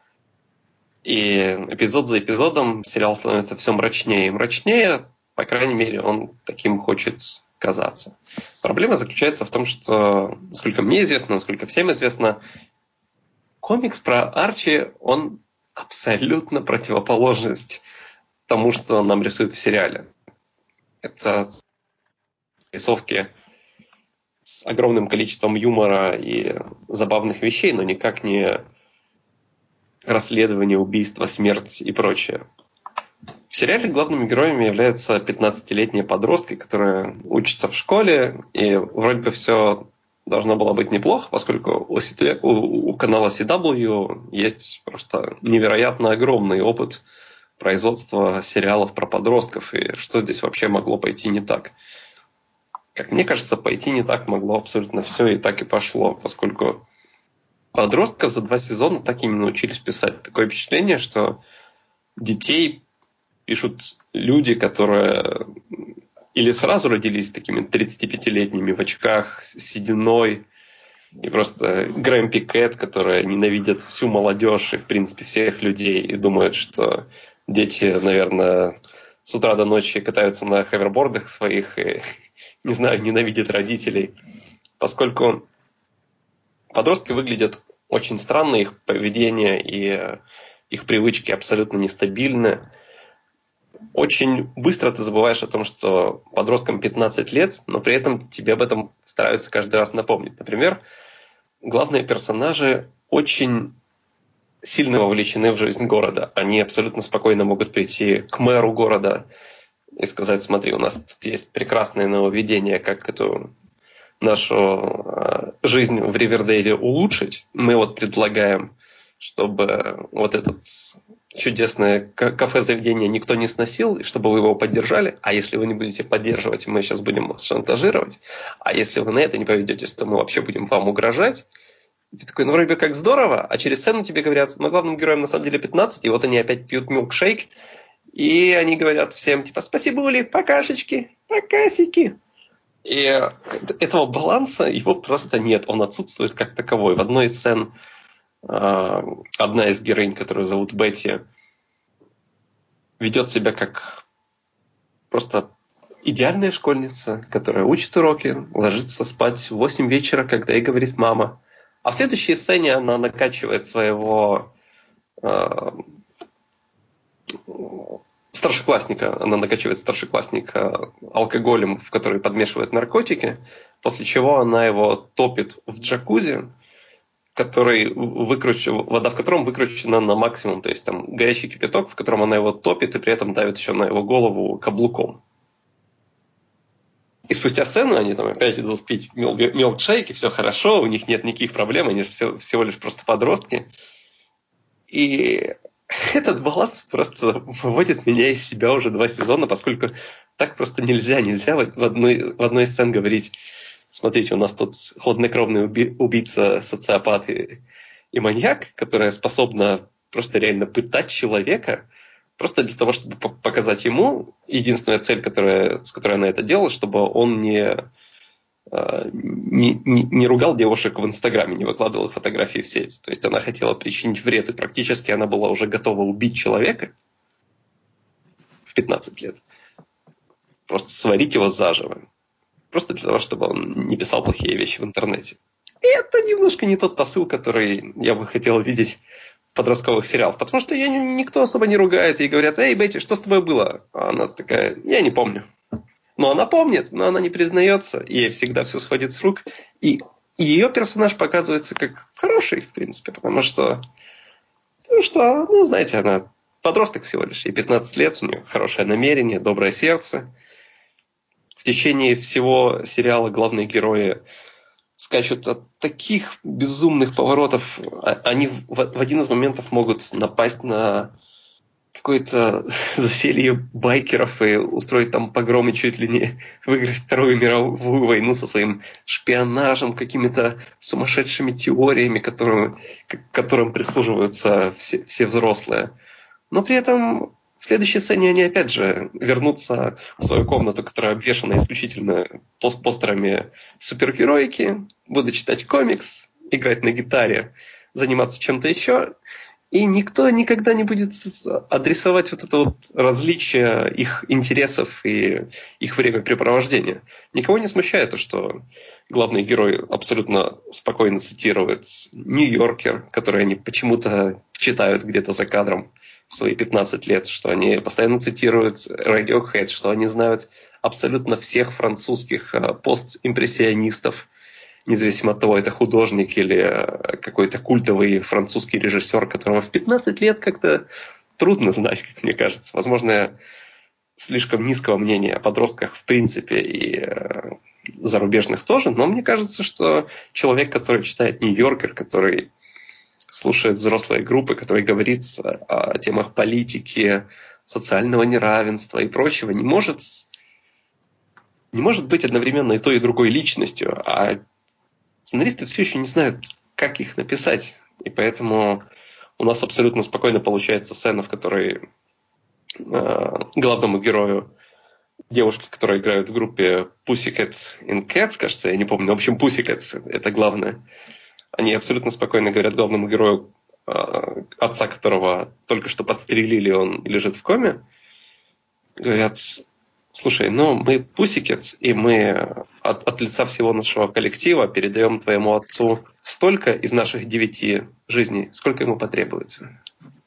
Speaker 2: И эпизод за эпизодом сериал становится все мрачнее и мрачнее. По крайней мере, он таким хочет казаться. Проблема заключается в том, что, насколько мне известно, насколько всем известно, комикс про Арчи, он абсолютно противоположность тому, что нам рисуют в сериале. Это рисовки с огромным количеством юмора и забавных вещей, но никак не расследование, убийство, смерть и прочее. В сериале главными героями являются 15-летние подростки, которые учатся в школе, и вроде бы все должно было быть неплохо, поскольку у канала CW есть просто невероятно огромный опыт производства сериалов про подростков, и что здесь вообще могло пойти не так. Как мне кажется, пойти не так могло абсолютно все, и так и пошло, поскольку подростков за 2 сезона так и не научились писать. Такое впечатление, что детей пишут люди, которые или сразу родились такими 35-летними в очках, с сединой, и просто Грэмпи Кэт, которые ненавидят всю молодежь и, в принципе, всех людей, и думают, что дети, наверное, с утра до ночи катаются на ховербордах своих и, не знаю, ненавидят родителей. Поскольку подростки выглядят очень странно, их поведение и их привычки абсолютно нестабильны. Очень быстро ты забываешь о том, что подросткам 15 лет, но при этом тебе об этом стараются каждый раз напомнить. Например, главные персонажи очень сильно вовлечены в жизнь города. Они абсолютно спокойно могут прийти к мэру города и сказать: смотри, у нас тут есть прекрасное нововведение, как эту нашу жизнь в Ривердейле улучшить. Мы вот предлагаем, чтобы вот этот чудесное кафе-заведение никто не сносил, и чтобы вы его поддержали. А если вы не будете поддерживать, мы сейчас будем вас шантажировать. А если вы на это не поведетесь, то мы вообще будем вам угрожать. И ты такой: ну вроде бы как здорово, а через сцену тебе говорят: но главным героям на самом деле 15, и вот они опять пьют милкшейк, и они говорят всем типа: спасибули, покашечки, покасики. И этого баланса его просто нет, он отсутствует как таковой. В одной из сцен одна из героинь, которую зовут Бетти, ведет себя как просто идеальная школьница, которая учит уроки, ложится спать в 8 вечера, когда ей говорит мама. А в следующей сцене она накачивает своего старшеклассника алкоголем, в который подмешивает наркотики, после чего она его топит в джакузи, вода в котором выкручена на максимум, то есть там горячий кипяток, в котором она его топит и при этом давит еще на его голову каблуком. И спустя сцену они там опять идут пить милкшейк, и все хорошо, у них нет никаких проблем, они же всего лишь просто подростки. И этот баланс просто выводит меня из себя уже 2 сезона, поскольку так просто нельзя в одной из сцен говорить: смотрите, у нас тут хладнокровный убийца, социопат и маньяк, которая способна просто реально пытать человека, просто для того, чтобы показать ему, единственная цель, с которой она это делала, чтобы он не ругал девушек в Инстаграме, не выкладывал их фотографии в сеть. То есть она хотела причинить вред, и практически она была уже готова убить человека в 15 лет. Просто сварить его заживо. Просто для того, чтобы он не писал плохие вещи в интернете. И это немножко не тот посыл, который я бы хотел видеть в подростковых сериалах. Потому что ее никто особо не ругает. Ей говорят: эй, Бетти, что с тобой было? А она такая: я не помню. Но она помнит, но она не признается. И ей всегда все сходит с рук. И ее персонаж показывается как хороший, в принципе. Потому что, знаете, она подросток всего лишь. Ей 15 лет, у нее хорошее намерение, доброе сердце. В течение всего сериала главные герои скачут от таких безумных поворотов. Они в один из моментов могут напасть на какое-то засилье байкеров и устроить там погром и чуть ли не выиграть Вторую мировую войну со своим шпионажем, какими-то сумасшедшими теориями, которым прислуживаются все взрослые. Но при этом в следующей сцене они опять же вернутся в свою комнату, которая обвешана исключительно постерами супергероики, будут читать комикс, играть на гитаре, заниматься чем-то еще. И никто никогда не будет адресовать вот это вот различие их интересов и их времяпрепровождения. Никого не смущает то, что главный герой абсолютно спокойно цитирует «Нью-Йоркер», который они почему-то читают где-то за кадром в свои 15 лет, что они постоянно цитируют Radiohead, что они знают абсолютно всех французских постимпрессионистов, независимо от того, это художник или какой-то культовый французский режиссер, которого в 15 лет как-то трудно знать, как мне кажется. Возможно, я слишком низкого мнения о подростках в принципе и зарубежных тоже, но мне кажется, что человек, который читает «Нью-Йоркер», который слушает взрослые группы, который говорит о темах политики, социального неравенства и прочего, не может быть одновременно и той, и другой личностью, а сценаристы все еще не знают, как их написать. И поэтому у нас абсолютно спокойно получается сцена, в которой главному герою, девушке, которая играет в группе Pussycat and Cats, кажется, я не помню, в общем, Pussycats, это главное. Они абсолютно спокойно говорят главному герою, отца которого только что подстрелили, он лежит в коме. Говорят: слушай, мы Pussycats, и мы от лица всего нашего коллектива передаем твоему отцу столько из наших 9 жизней, сколько ему потребуется.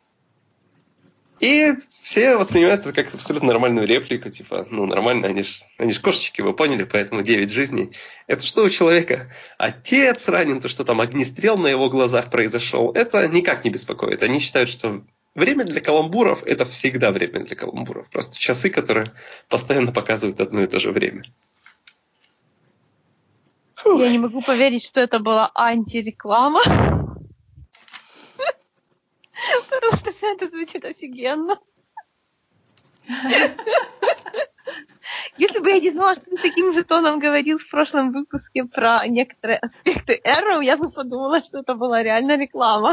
Speaker 2: И все воспринимают это как абсолютно нормальную реплику, типа, нормально, они ж кошечки, вы поняли, поэтому 9 жизней. Это что у человека? Отец ранен, то что там огнестрел на его глазах произошел, это никак не беспокоит. Они считают, что время для каламбуров – это всегда время для каламбуров. Просто часы, которые постоянно показывают одно и то же время.
Speaker 3: Я не могу поверить, что это была антиреклама. Потому что все это звучит офигенно. Если бы я не знала, что ты таким же тоном говорил в прошлом выпуске про некоторые аспекты Arrow, я бы подумала, что это была реально реклама.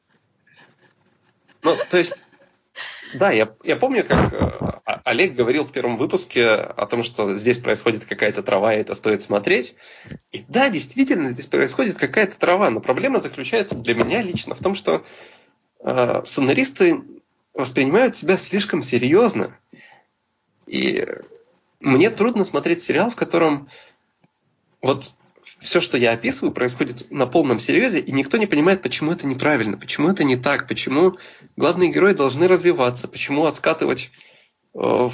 Speaker 2: То есть, да, я помню, как Олег говорил в первом выпуске о том, что здесь происходит какая-то трава, и это стоит смотреть. И да, действительно, здесь происходит какая-то трава, но проблема заключается для меня лично в том, что сценаристы воспринимают себя слишком серьезно. И мне трудно смотреть сериал, в котором вот все, что я описываю, происходит на полном серьезе, и никто не понимает, почему это неправильно, почему это не так, почему главные герои должны развиваться, почему отскатывать в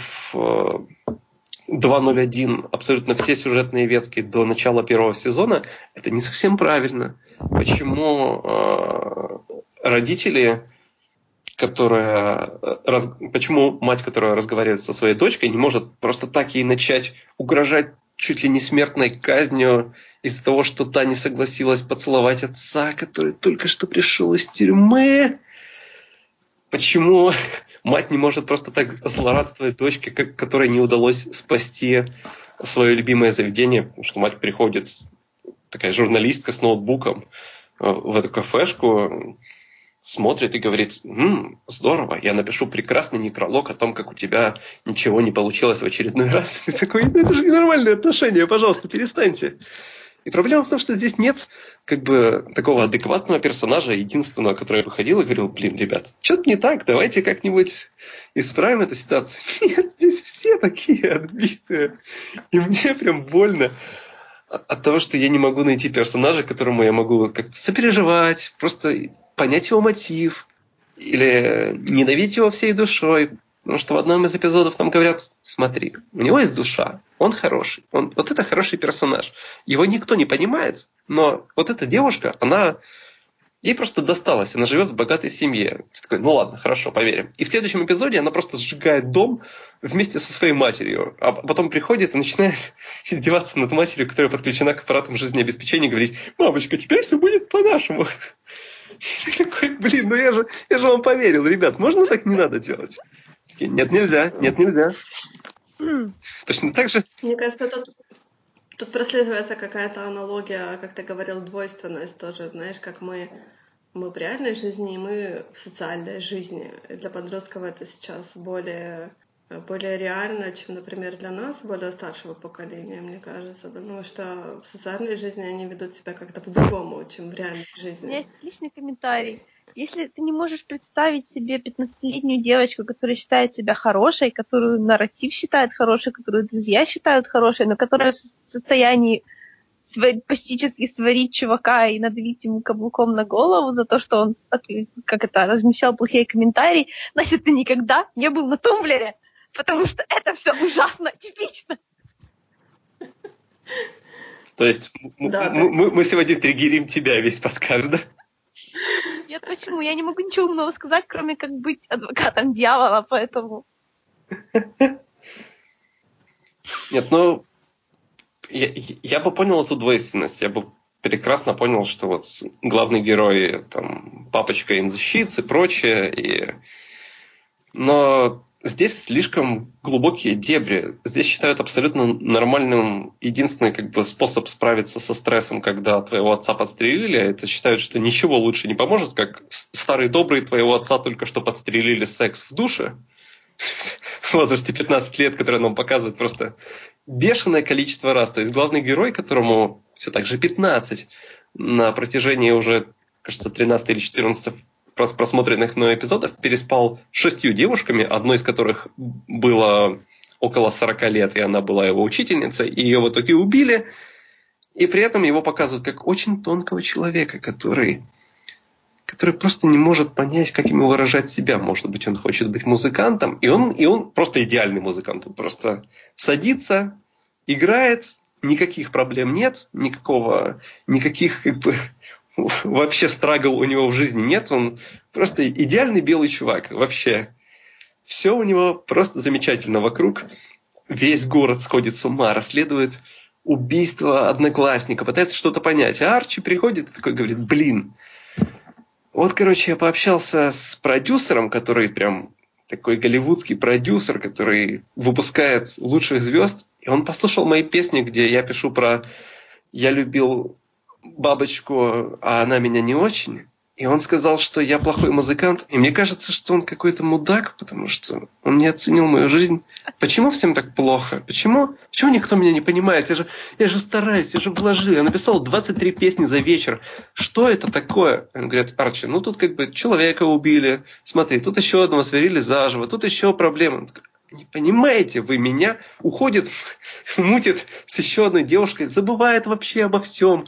Speaker 2: 2.01 абсолютно все сюжетные ветки до начала первого сезона, это не совсем правильно. Почему родители, почему мать, которая разговаривает со своей дочкой, не может просто так ей начать угрожать чуть ли не смертной казнью из-за того, что та не согласилась поцеловать отца, который только что пришел из тюрьмы? Почему мать не может просто так злорадствовать дочке, которой не удалось спасти свое любимое заведение, потому что мать приходит, такая журналистка с ноутбуком, в эту кафешку, смотрит и говорит: здорово, я напишу прекрасный некролог о том, как у тебя ничего не получилось в очередной раз. Ты такой: это же ненормальные отношения, пожалуйста, перестаньте. И проблема в том, что здесь нет такого адекватного персонажа, единственного, который выходил и говорил: блин, ребят, что-то не так, давайте как-нибудь исправим эту ситуацию. Нет, здесь все такие отбитые. И мне прям больно от того, что я не могу найти персонажа, которому я могу как-то сопереживать, просто понять его мотив или ненавидеть его всей душой. Потому что в одном из эпизодов нам говорят: смотри, у него есть душа, он хороший, вот это хороший персонаж. Его никто не понимает, но вот эта девушка, ей просто досталось, она живет в богатой семье. Ты такой: ну ладно, хорошо, поверим. И в следующем эпизоде она просто сжигает дом вместе со своей матерью, а потом приходит и начинает издеваться над матерью, которая подключена к аппаратам жизнеобеспечения, и говорить: мамочка, теперь все будет по-нашему. Ты такой: блин, ну я же вам поверил, ребят, можно так не надо делать? Нет, нельзя. Точно так же.
Speaker 1: Мне кажется, тут прослеживается какая-то аналогия, как ты говорил, двойственность тоже. Знаешь, как мы в реальной жизни и мы в социальной жизни. И для подростков это сейчас более реально, чем, например, для нас, более старшего поколения, мне кажется. Потому что в социальной жизни они ведут себя как-то по-другому, чем в реальной жизни.
Speaker 3: У меня есть отличный комментарий. Если ты не можешь представить себе 15-летнюю девочку, которая считает себя хорошей, которую нарратив считает хорошей, которую друзья считают хорошей, но которая в состоянии почти сварить чувака и надавить ему каблуком на голову за то, что он размещал плохие комментарии, значит, ты никогда не был на Тумблере, потому что это все ужасно типично.
Speaker 2: То есть мы сегодня триггерим тебя весь подкаст, да?
Speaker 3: Нет, почему? Я не могу ничего умного сказать, кроме как быть адвокатом дьявола, поэтому...
Speaker 2: Нет, я бы понял эту двойственность. Я бы прекрасно понял, что вот главный герой, там, папочка in the sheets и прочее. Но здесь слишком глубокие дебри. Здесь считают абсолютно нормальным единственный способ справиться со стрессом, когда твоего отца подстрелили. Это считают, что ничего лучше не поможет, как старый добрый твоего отца только что подстрелили, секс в душе. В возрасте 15 лет, который нам показывает просто бешеное количество раз. То есть главный герой, которому все так же 15, на протяжении уже, кажется, 13 или 14 просмотренных мной эпизодов переспал с 6 девушками, одной из которых было около 40 лет, и она была его учительницей, и ее в итоге убили. И при этом его показывают как очень тонкого человека, который просто не может понять, как ему выражать себя. Может быть, он хочет быть музыкантом, и он просто идеальный музыкант. Он просто садится, играет, никаких проблем нет, никаких вообще страгл у него в жизни нет. Он просто идеальный белый чувак. Вообще все у него просто замечательно вокруг. Весь город сходит с ума, расследует убийство одноклассника, пытается что-то понять. А Арчи приходит и такой говорит: блин, вот, короче, я пообщался с продюсером, который прям такой голливудский продюсер, который выпускает лучших звезд. И он послушал мои песни, где я пишу про «я любил бабочку, а она меня не очень». И он сказал, что я плохой музыкант. И мне кажется, что он какой-то мудак, потому что он не оценил мою жизнь. Почему всем так плохо? Почему никто меня не понимает? Я же стараюсь, я же вложил. Я написал 23 песни за вечер. Что это такое? Они говорят: Арчи, ну тут человека убили. Смотри, тут еще одного сварили заживо. Тут еще проблемы. Не понимаете вы меня? Уходит, мутит с еще одной девушкой, забывает вообще обо всем.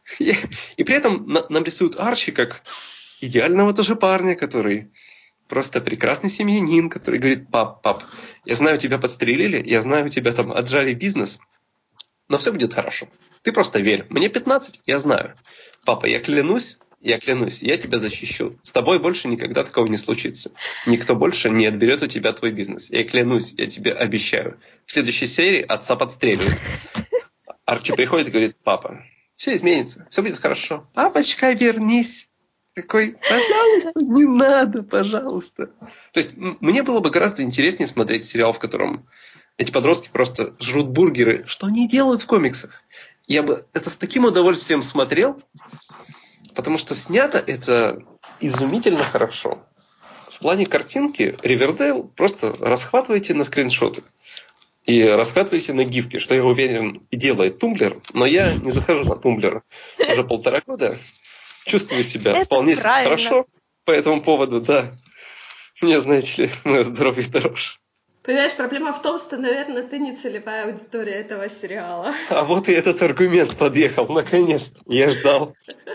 Speaker 2: И при этом нам рисуют Арчи как идеального тоже парня, который просто прекрасный семьянин, который говорит: пап, я знаю, тебя подстрелили, я знаю, у тебя там отжали бизнес, но все будет хорошо. Ты просто верь. Мне 15, я знаю. Папа, я клянусь, я тебя защищу. С тобой больше никогда такого не случится. Никто больше не отберет у тебя твой бизнес. Я клянусь, я тебе обещаю. В следующей серии отца подстреливают. Арчи приходит и говорит: папа, все изменится, все будет хорошо. Папочка, вернись. Такой: пожалуйста, не надо, пожалуйста. То есть мне было бы гораздо интереснее смотреть сериал, в котором Эти подростки просто жрут бургеры. Что они делают в комиксах? Я бы это с таким удовольствием смотрел, потому что снято это изумительно хорошо. В плане картинки Ривердейл просто расхватывайте на скриншоты и расхватывайте на гифки, что я уверен и делает Тумблер, но я не захожу на Тумблер уже 1,5 года. Чувствую себя вполне хорошо по этому поводу, да. Мне, знаете ли, мое здоровье дороже.
Speaker 1: Понимаешь, проблема в том, что, наверное, ты не целевая аудитория этого сериала.
Speaker 2: А вот и этот аргумент подъехал, наконец-то. Я ждал.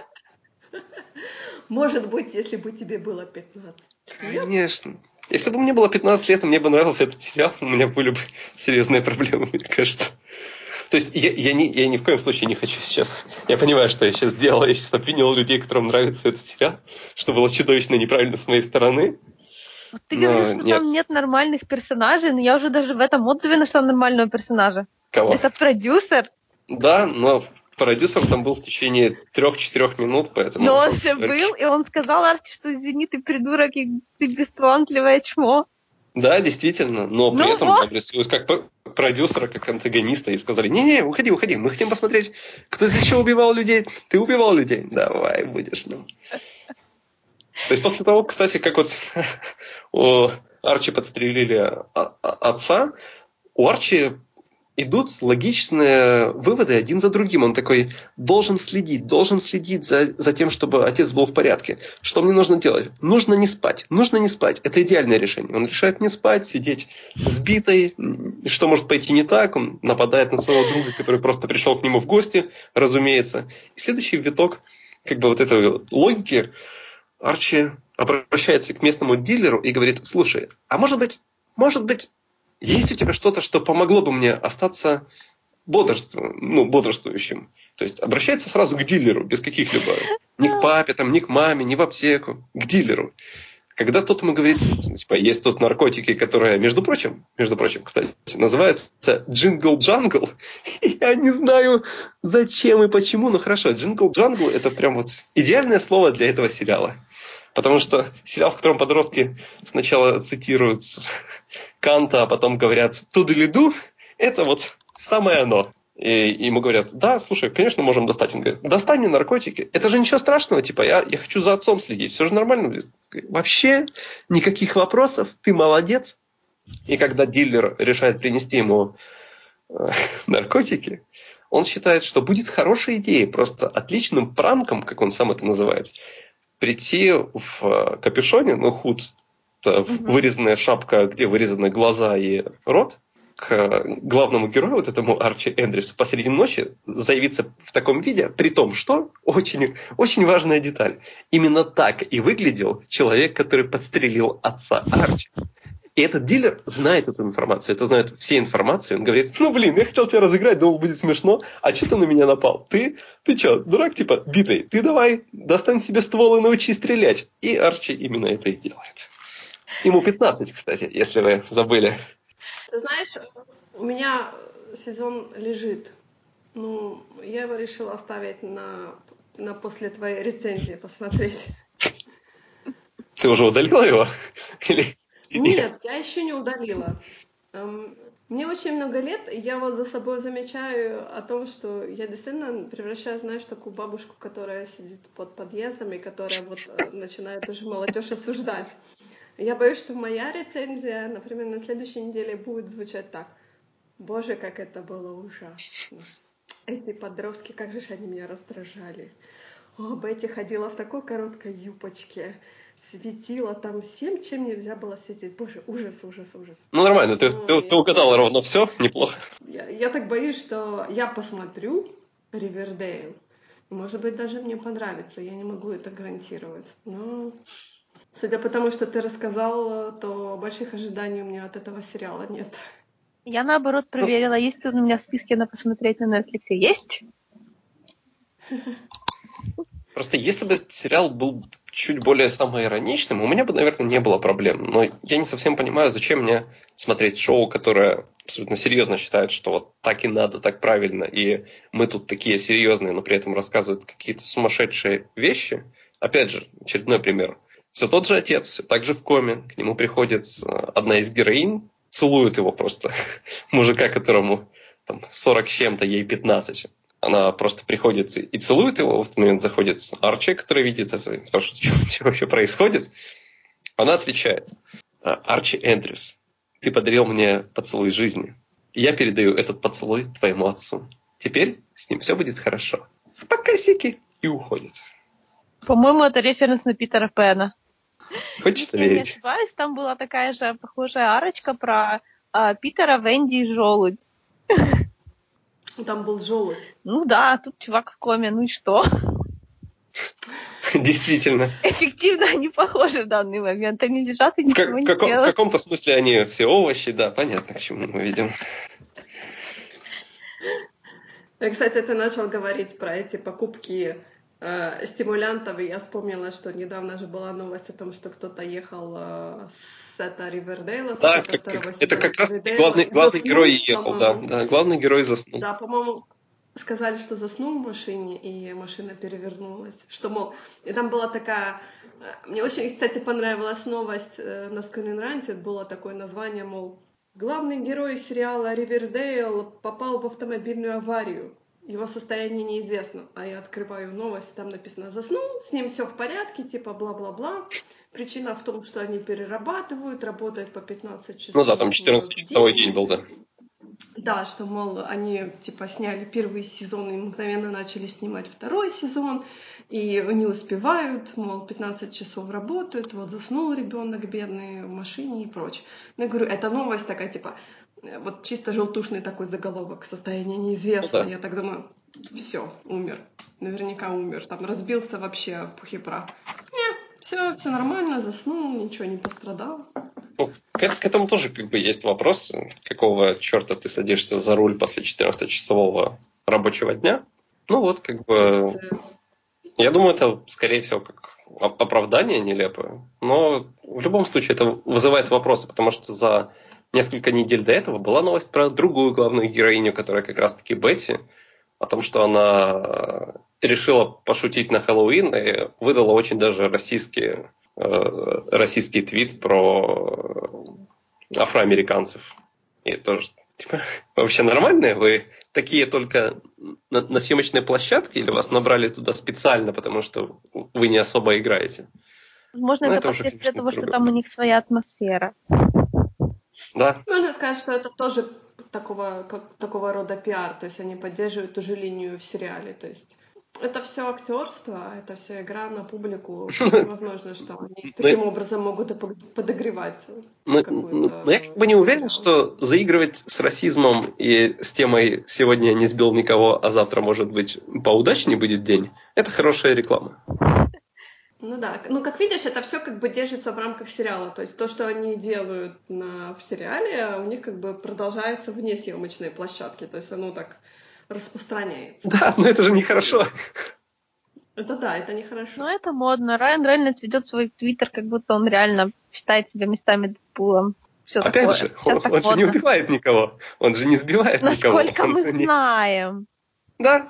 Speaker 1: Может быть, если бы тебе было 15 лет.
Speaker 2: Конечно. Если бы мне было 15 лет, и мне бы нравился этот сериал, у меня были бы серьезные проблемы, мне кажется. То есть я ни в коем случае не хочу сейчас... Я понимаю, что я сейчас сделал. Я сейчас обвинил людей, которым нравится этот сериал, что было чудовищно неправильно с моей стороны.
Speaker 3: Вот ты говоришь, что там нет нормальных персонажей, но я уже даже в этом отзыве нашла нормального персонажа.
Speaker 2: Кого?
Speaker 3: Это продюсер.
Speaker 2: Да, но продюсер там был в течение 3-4 минут, поэтому...
Speaker 3: Но он же был, и он сказал Арчи, что извини, ты придурок, и ты бесталантливое чмо.
Speaker 2: Да, действительно, но при этом рисуют как продюсера, как антагониста, и сказали, не-не, уходи, мы хотим посмотреть, кто здесь еще убивал людей. Ты убивал людей? Давай, будешь нам. То есть после того, кстати, как вот у Арчи подстрелили отца, у Арчи идут логичные выводы один за другим. Он такой, должен следить за тем, чтобы отец был в порядке. Что мне нужно делать? Нужно не спать. Это идеальное решение. Он решает не спать, сидеть сбитой. Что может пойти не так? Он нападает на своего друга, который просто пришел к нему в гости, разумеется. И следующий виток как бы вот этой логики, Арчи обращается к местному дилеру и говорит, слушай, а может быть, есть у тебя что-то, что помогло бы мне остаться бодрствующим? То есть обращается сразу к дилеру, без каких-либо ни к папе, ни к маме, ни в аптеку, к дилеру. Когда тот ему говорит, типа, есть тут наркотики, которые, между прочим, кстати, называются Джингл Джангл. Я не знаю, зачем и почему, но хорошо, Джингл Джангл это прям вот идеальное слово для этого сериала. Потому что сериал, в котором подростки сначала цитируют Канта, а потом говорят «тудели-ду», это вот самое оно. И ему говорят, да, слушай, конечно, можем достать. Он говорит, достань мне наркотики. Это же ничего страшного, типа, я хочу за отцом следить, все же нормально. Вообще никаких вопросов, ты молодец. И когда дилер решает принести ему наркотики, он считает, что будет хорошей идеей, просто отличным пранком, как он сам это называет, прийти в капюшоне, худ, вырезанная шапка, где вырезаны глаза и рот, к главному герою, вот этому Арчи Эндрюсу, посреди ночи заявиться в таком виде, при том, что очень, очень важная деталь. Именно так и выглядел человек, который подстрелил отца Арчи. И этот дилер знает эту информацию, это знает все информации. Он говорит, я хотел тебя разыграть, думал, будет смешно, а что ты на меня напал? Ты что, дурак, типа, битый? Ты давай, достань себе ствол и научись стрелять. И Арчи именно это и делает. Ему 15, кстати, если вы забыли.
Speaker 1: Ты знаешь, у меня сезон лежит. Я его решила оставить на после твоей рецензии посмотреть.
Speaker 2: Ты уже удалила его? Или...
Speaker 1: Нет, я еще не удалила. Мне очень много лет, и я вот за собой замечаю о том, что я действительно превращаюсь, знаешь, в такую бабушку, которая сидит под подъездом и которая вот начинает уже молодежь осуждать. Я боюсь, что моя рецензия, например, на следующей неделе будет звучать так. Боже, как это было ужасно. Эти подростки, как же они меня раздражали. Бетти ходила в такой короткой юбочке, светила там всем, чем нельзя было светить. Боже, ужас.
Speaker 2: Нормально, ты угадала ровно все, неплохо.
Speaker 1: Я так боюсь, что я посмотрю Ривердейл. Может быть, даже мне понравится, я не могу это гарантировать. Но... Судя по тому, что ты рассказал, то больших ожиданий у меня от этого сериала нет.
Speaker 3: Я, наоборот, проверила, есть ли он у меня в списке на посмотреть на Netflix. Есть?
Speaker 2: Просто если бы сериал был чуть более самоироничным, у меня бы, наверное, не было проблем. Но я не совсем понимаю, зачем мне смотреть шоу, которое абсолютно серьезно считает, что вот так и надо, так правильно, и мы тут такие серьезные, но при этом рассказывают какие-то сумасшедшие вещи. Опять же, очередной пример. Все тот же отец, все так же в коме. К нему приходит одна из героинь, целует его просто. Мужика, которому там 40 с чем-то, ей 15. Она просто приходит и целует его. В этот момент заходит Арчи, который видит это, и спрашивает, что вообще происходит. Она отвечает: Арчи Эндрюс, ты подарил мне поцелуй жизни. Я передаю этот поцелуй твоему отцу. Теперь с ним все будет хорошо. Пока-сики. И уходит.
Speaker 3: По-моему, это референс на Питера Пэна.
Speaker 2: Хочется
Speaker 3: Если я не
Speaker 2: верить.
Speaker 3: ошибаюсь, там была такая же похожая арочка про Питера, Венди и Желудь.
Speaker 1: Там был желудь.
Speaker 3: Ну да, тут чувак в коме, ну и что?
Speaker 2: Действительно.
Speaker 3: Эффективно они похожи в данный момент. Они лежат и ничего не
Speaker 2: В
Speaker 3: делают.
Speaker 2: каком-то смысле они все овощи, да, понятно, к чему мы видим.
Speaker 1: Кстати, ты начал говорить про эти покупки стимулянтов, и я вспомнила, что недавно же была новость о том, что кто-то ехал с сета Ривердейла,
Speaker 2: Да, это как раз главный герой ехал, да, главный герой заснул.
Speaker 1: Да, по-моему, сказали, что заснул в машине, и машина перевернулась. Что, мол, и там была такая... Мне очень, кстати, понравилась новость на Скринранте, было такое название, мол, главный герой сериала «Ривердейл» попал в автомобильную аварию. Его состояние неизвестно. А я открываю новость, там написано: заснул, с ним все в порядке, типа бла-бла-бла. Причина в том, что они перерабатывают, работают по 15 часов.
Speaker 2: Ну да, там 14-часовой день был, да.
Speaker 1: Да, что, мол, они типа сняли первый сезон и мгновенно начали снимать второй сезон, и не успевают, мол, 15 часов работают, вот заснул ребенок бедный в машине и прочее. Ну, я говорю, это новость такая, типа, вот чисто желтушный такой заголовок, состояние неизвестно.
Speaker 2: Ну, да.
Speaker 1: Я так думаю, все, умер, наверняка умер, там разбился вообще в пух и прах. Нет, все нормально, заснул, ничего не пострадал.
Speaker 2: Ну, к этому тоже как бы есть вопрос, какого черта ты садишься за руль после 14-часового рабочего дня. Ну вот, как бы, я думаю, это, скорее всего, как оправдание нелепое, но в любом случае это вызывает вопросы, потому что за несколько недель до этого была новость про другую главную героиню, которая как раз-таки Бетти, о том, что она решила пошутить на Хэллоуин и выдала очень даже российский твит про афроамериканцев. И тоже, типа, вообще нормальные? Вы такие только на съемочной площадке или вас набрали туда специально, потому что вы не особо играете?
Speaker 3: Возможно, это последствия того, что там у них своя атмосфера.
Speaker 2: Да.
Speaker 1: Можно сказать, что это тоже такого рода пиар, то есть они поддерживают ту же линию в сериале, то есть это все актерство, это все игра на публику. Невозможно, что они таким образом могут подогревать какую-то...
Speaker 2: Но я как бы не уверен, что заигрывать с расизмом и с темой «сегодня я не сбил никого, а завтра, может быть, поудачнее будет день» — это хорошая реклама.
Speaker 1: Ну да, ну как видишь, это все как бы держится в рамках сериала, то есть то, что они делают в сериале, у них как бы продолжается вне съемочной площадки, то есть оно так распространяется.
Speaker 2: Да, но это же нехорошо.
Speaker 1: Это да, это нехорошо.
Speaker 3: Но это модно. Райан Рейнольдс ведет свой твиттер, как будто он реально считает себя местами Дэдпулом. Всё
Speaker 2: опять
Speaker 3: такое.
Speaker 2: же, он же не убивает никого, он же не сбивает никого.
Speaker 3: Насколько мы знаем.
Speaker 2: Да.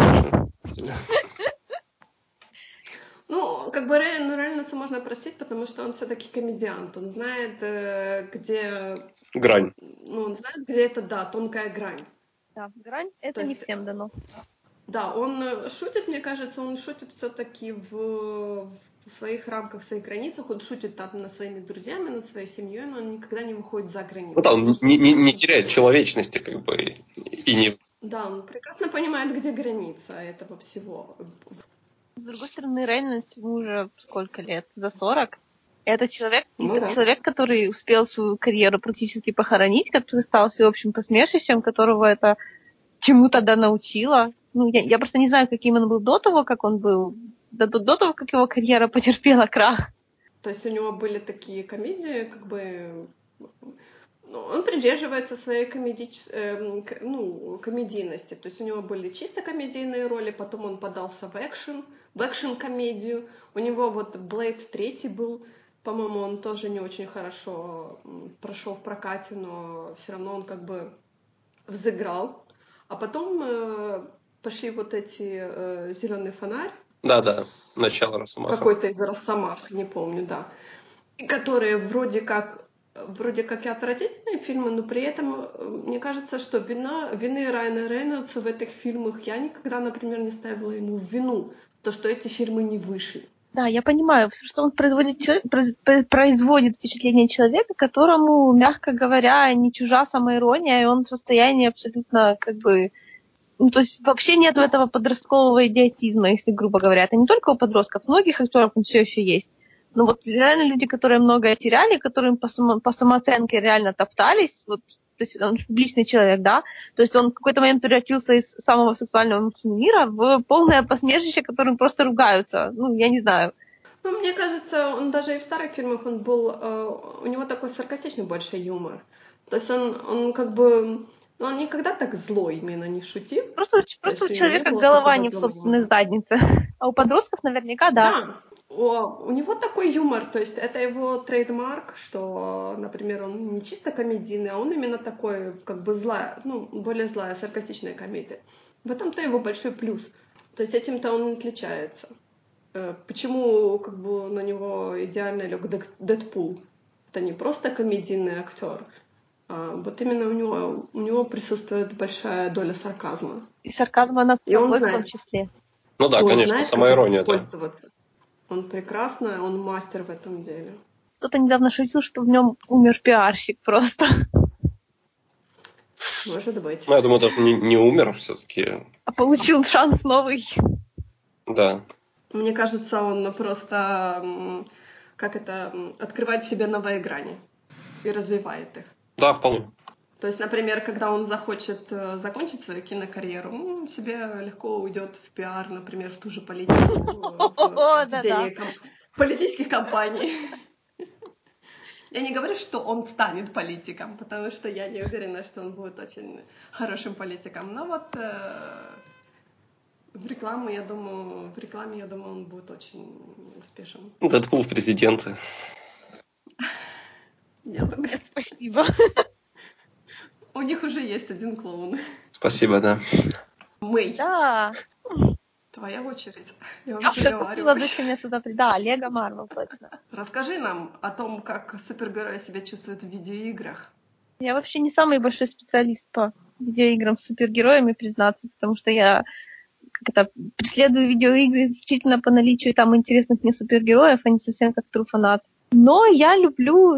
Speaker 1: Ну, как бы Райану Рейнольдсу можно простить, потому что он все-таки комедиант. Он знает, где...
Speaker 2: Грань.
Speaker 1: Ну, он знает, где это, да, тонкая грань.
Speaker 3: Да, грань — это не всем дано.
Speaker 1: Да, он шутит, мне кажется, он шутит все-таки в своих рамках, в своих границах. Он шутит там над своими друзьями, над своей семьей, но он никогда не выходит за границу.
Speaker 2: Ну да, он не теряет человечности, как бы, и не...
Speaker 1: Да, он прекрасно понимает, где граница этого всего.
Speaker 3: С другой стороны, Рейнольдс ему уже сколько лет? За 40? Это человек,
Speaker 1: да.
Speaker 3: Человек, который успел свою карьеру практически похоронить, который стал всеобщим посмешищем, которого это чему-то научило. Ну, я просто не знаю, каким он был до того, как он был, до того, как его карьера потерпела крах.
Speaker 1: То есть у него были такие комедии, как бы... Ну, он придерживается своей комедийности. То есть у него были чисто комедийные роли, потом он подался в экшн-комедию. У него вот Блейд 3 был, по-моему, он тоже не очень хорошо прошел в прокате, но все равно он как бы взыграл. А потом пошли вот эти «Зеленый фонарь».
Speaker 2: Да, начало Росомаха.
Speaker 1: Какой-то из Росомах, не помню, да. Которые вроде как вроде как и отвратительные фильмы, но при этом мне кажется, что вины Райана Рейнольдса в этих фильмах я никогда, например, не ставила ему в вину, то, что эти фильмы не вышли.
Speaker 3: Да, я понимаю, что он производит впечатление человека, которому, мягко говоря, не чужа самоирония, и он в состоянии абсолютно как бы... Ну, то есть вообще нет этого подросткового идиотизма, если грубо говоря. Это не только у подростков, многих актеров он все еще есть. Но вот реально люди, которые многое теряли, которым по самооценке реально топтались, вот, то есть он публичный человек, да, то есть он в какой-то момент превратился из самого сексуального мужчины мира в полное посмешище, которым просто ругаются. Ну, я не знаю.
Speaker 1: Ну, мне кажется, он даже и в старых фильмах он был, у него такой саркастичный больше юмор. То есть он как бы, ну, он никогда так зло именно не шутил.
Speaker 3: Просто у человека голова не в собственной заднице. А у подростков наверняка, да.
Speaker 1: Да. У него такой юмор, то есть это его трейдмарк, что, например, он не чисто комедийный, а он именно такой, как бы злая, ну, более злая, саркастичная комедия. В этом-то его большой плюс. То есть этим-то он отличается. Почему, как бы, на него идеально лег Дэдпул? Это не просто комедийный актер, а вот именно у него присутствует большая доля сарказма.
Speaker 3: И сарказма над собой в том числе.
Speaker 2: Ну да,
Speaker 1: он
Speaker 2: конечно,
Speaker 1: знает,
Speaker 2: самоирония,
Speaker 1: как
Speaker 2: да.
Speaker 1: Он прекрасно, он мастер в этом деле.
Speaker 3: Кто-то недавно шутил, что в нем умер пиарщик просто.
Speaker 1: Может быть.
Speaker 2: Ну, я думаю, даже не умер все-таки.
Speaker 3: А получил шанс новый.
Speaker 2: Да.
Speaker 1: Мне кажется, он просто, открывает в себе новые грани и развивает их.
Speaker 2: Да, вполне.
Speaker 1: То есть, например, когда он захочет закончить свою кинокарьеру, он себе легко уйдет в пиар, например, в ту же политику, в ведение политических кампаний. Я не говорю, что он станет политиком, потому что я не уверена, что он будет очень хорошим политиком. Но вот в рекламе, я думаю, он будет очень успешен.
Speaker 2: Дэдпул в президенты.
Speaker 1: Нет,
Speaker 3: спасибо.
Speaker 1: У них уже есть один клоун.
Speaker 2: Спасибо, да.
Speaker 1: Мэй.
Speaker 3: Да.
Speaker 1: Твоя очередь. Я
Speaker 3: уже купила, зачем я сюда приду. Да, Лего Марвел, точно.
Speaker 1: Расскажи нам о том, как супергерои себя чувствуют в видеоиграх.
Speaker 3: Я вообще не самый большой специалист по видеоиграм с супергероями, признаться, потому что я преследую видеоигры исключительно по наличию там интересных мне супергероев, а не совсем как true фанат. Но я люблю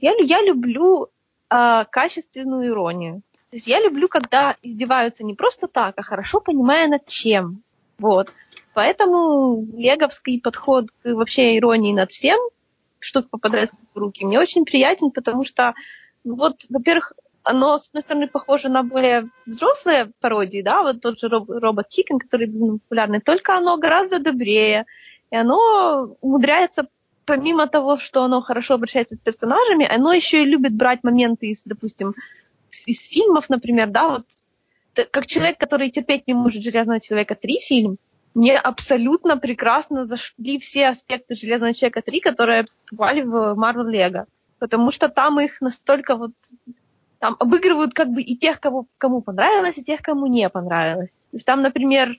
Speaker 3: качественную иронию. То есть я люблю, когда издеваются не просто так, а хорошо понимая над чем. Вот. Поэтому леговский подход к вообще иронии над всем, что попадает в руки, мне очень приятен, потому что, вот, во-первых, оно, с одной стороны, похоже на более взрослые пародии, да, вот тот же Робот Чикен, который безумно популярный, только оно гораздо добрее, и оно умудряется, помимо того, что оно хорошо обращается с персонажами, оно еще и любит брать моменты из, допустим, из фильмов, например, да, вот, как человек, который терпеть не может «Железного человека 3» фильм, мне абсолютно прекрасно зашли все аспекты «Железного человека 3», которые попали в Marvel Lego, потому что там их настолько вот, там обыгрывают как бы и тех, кому понравилось, и тех, кому не понравилось. То есть там, например,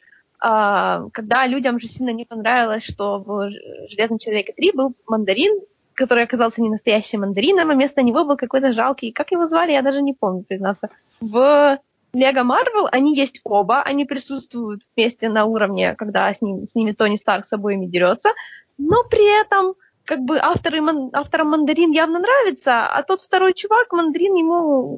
Speaker 3: когда людям же сильно не понравилось, что в «Железном человеке 3» был мандарин, который оказался не настоящим мандарином, а вместо него был какой-то жалкий. Как его звали, я даже не помню, признаться. В Лего Марвел они есть оба, они присутствуют вместе на уровне, когда с ними Тони Старк с обоими дерется, но при этом как бы авторам мандарин явно нравится, а тот второй чувак, мандарин ему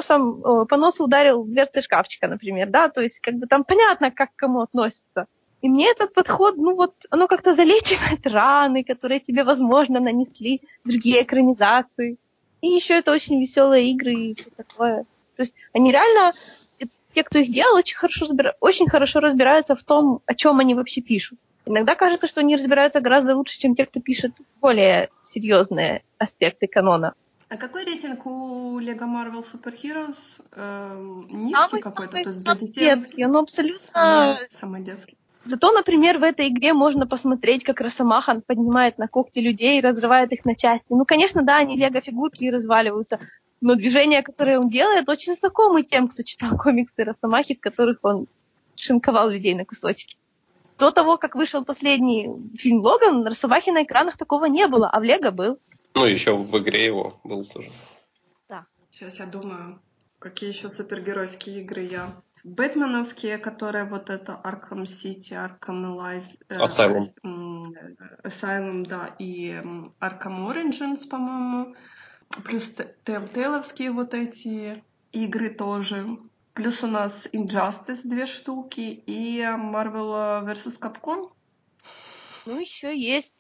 Speaker 3: по носу ударил дверцей шкафчика, например, да, то есть как бы там понятно, как к кому относится. И мне этот подход, ну вот, оно как-то залечивает раны, которые тебе, возможно, нанесли другие экранизации. И еще это очень веселые игры и все такое. То есть они реально, те, кто их делал, очень хорошо разбираются в том, о чем они вообще пишут. Иногда кажется, что они разбираются гораздо лучше, чем те, кто пишет более серьезные аспекты канона.
Speaker 1: А какой рейтинг у Lego Marvel Super Heroes? Низкий какой-то? То есть для детей?
Speaker 3: Детский, он абсолютно...
Speaker 1: Самый детский.
Speaker 3: Зато, например, в этой игре можно посмотреть, как Росомаха поднимает на когти людей и разрывает их на части. Ну, конечно, да, они лего-фигурки и разваливаются, но движения, которые он делает, очень знакомы тем, кто читал комиксы Росомахи, в которых он шинковал людей на кусочки. До того, как вышел последний фильм «Логан», Росомахи на экранах такого не было, а в Лего был.
Speaker 2: Ну, еще в игре его был тоже.
Speaker 3: Да.
Speaker 1: Сейчас я думаю, какие еще супергеройские игры я... Бэтменовские, которые вот это Arkham City, Arkham Asylum, да, и Arkham Origins, по-моему. Плюс Telltale'овские вот эти игры тоже. Плюс у нас Injustice 2 штуки и Marvel vs. Capcom.
Speaker 3: Ну, еще есть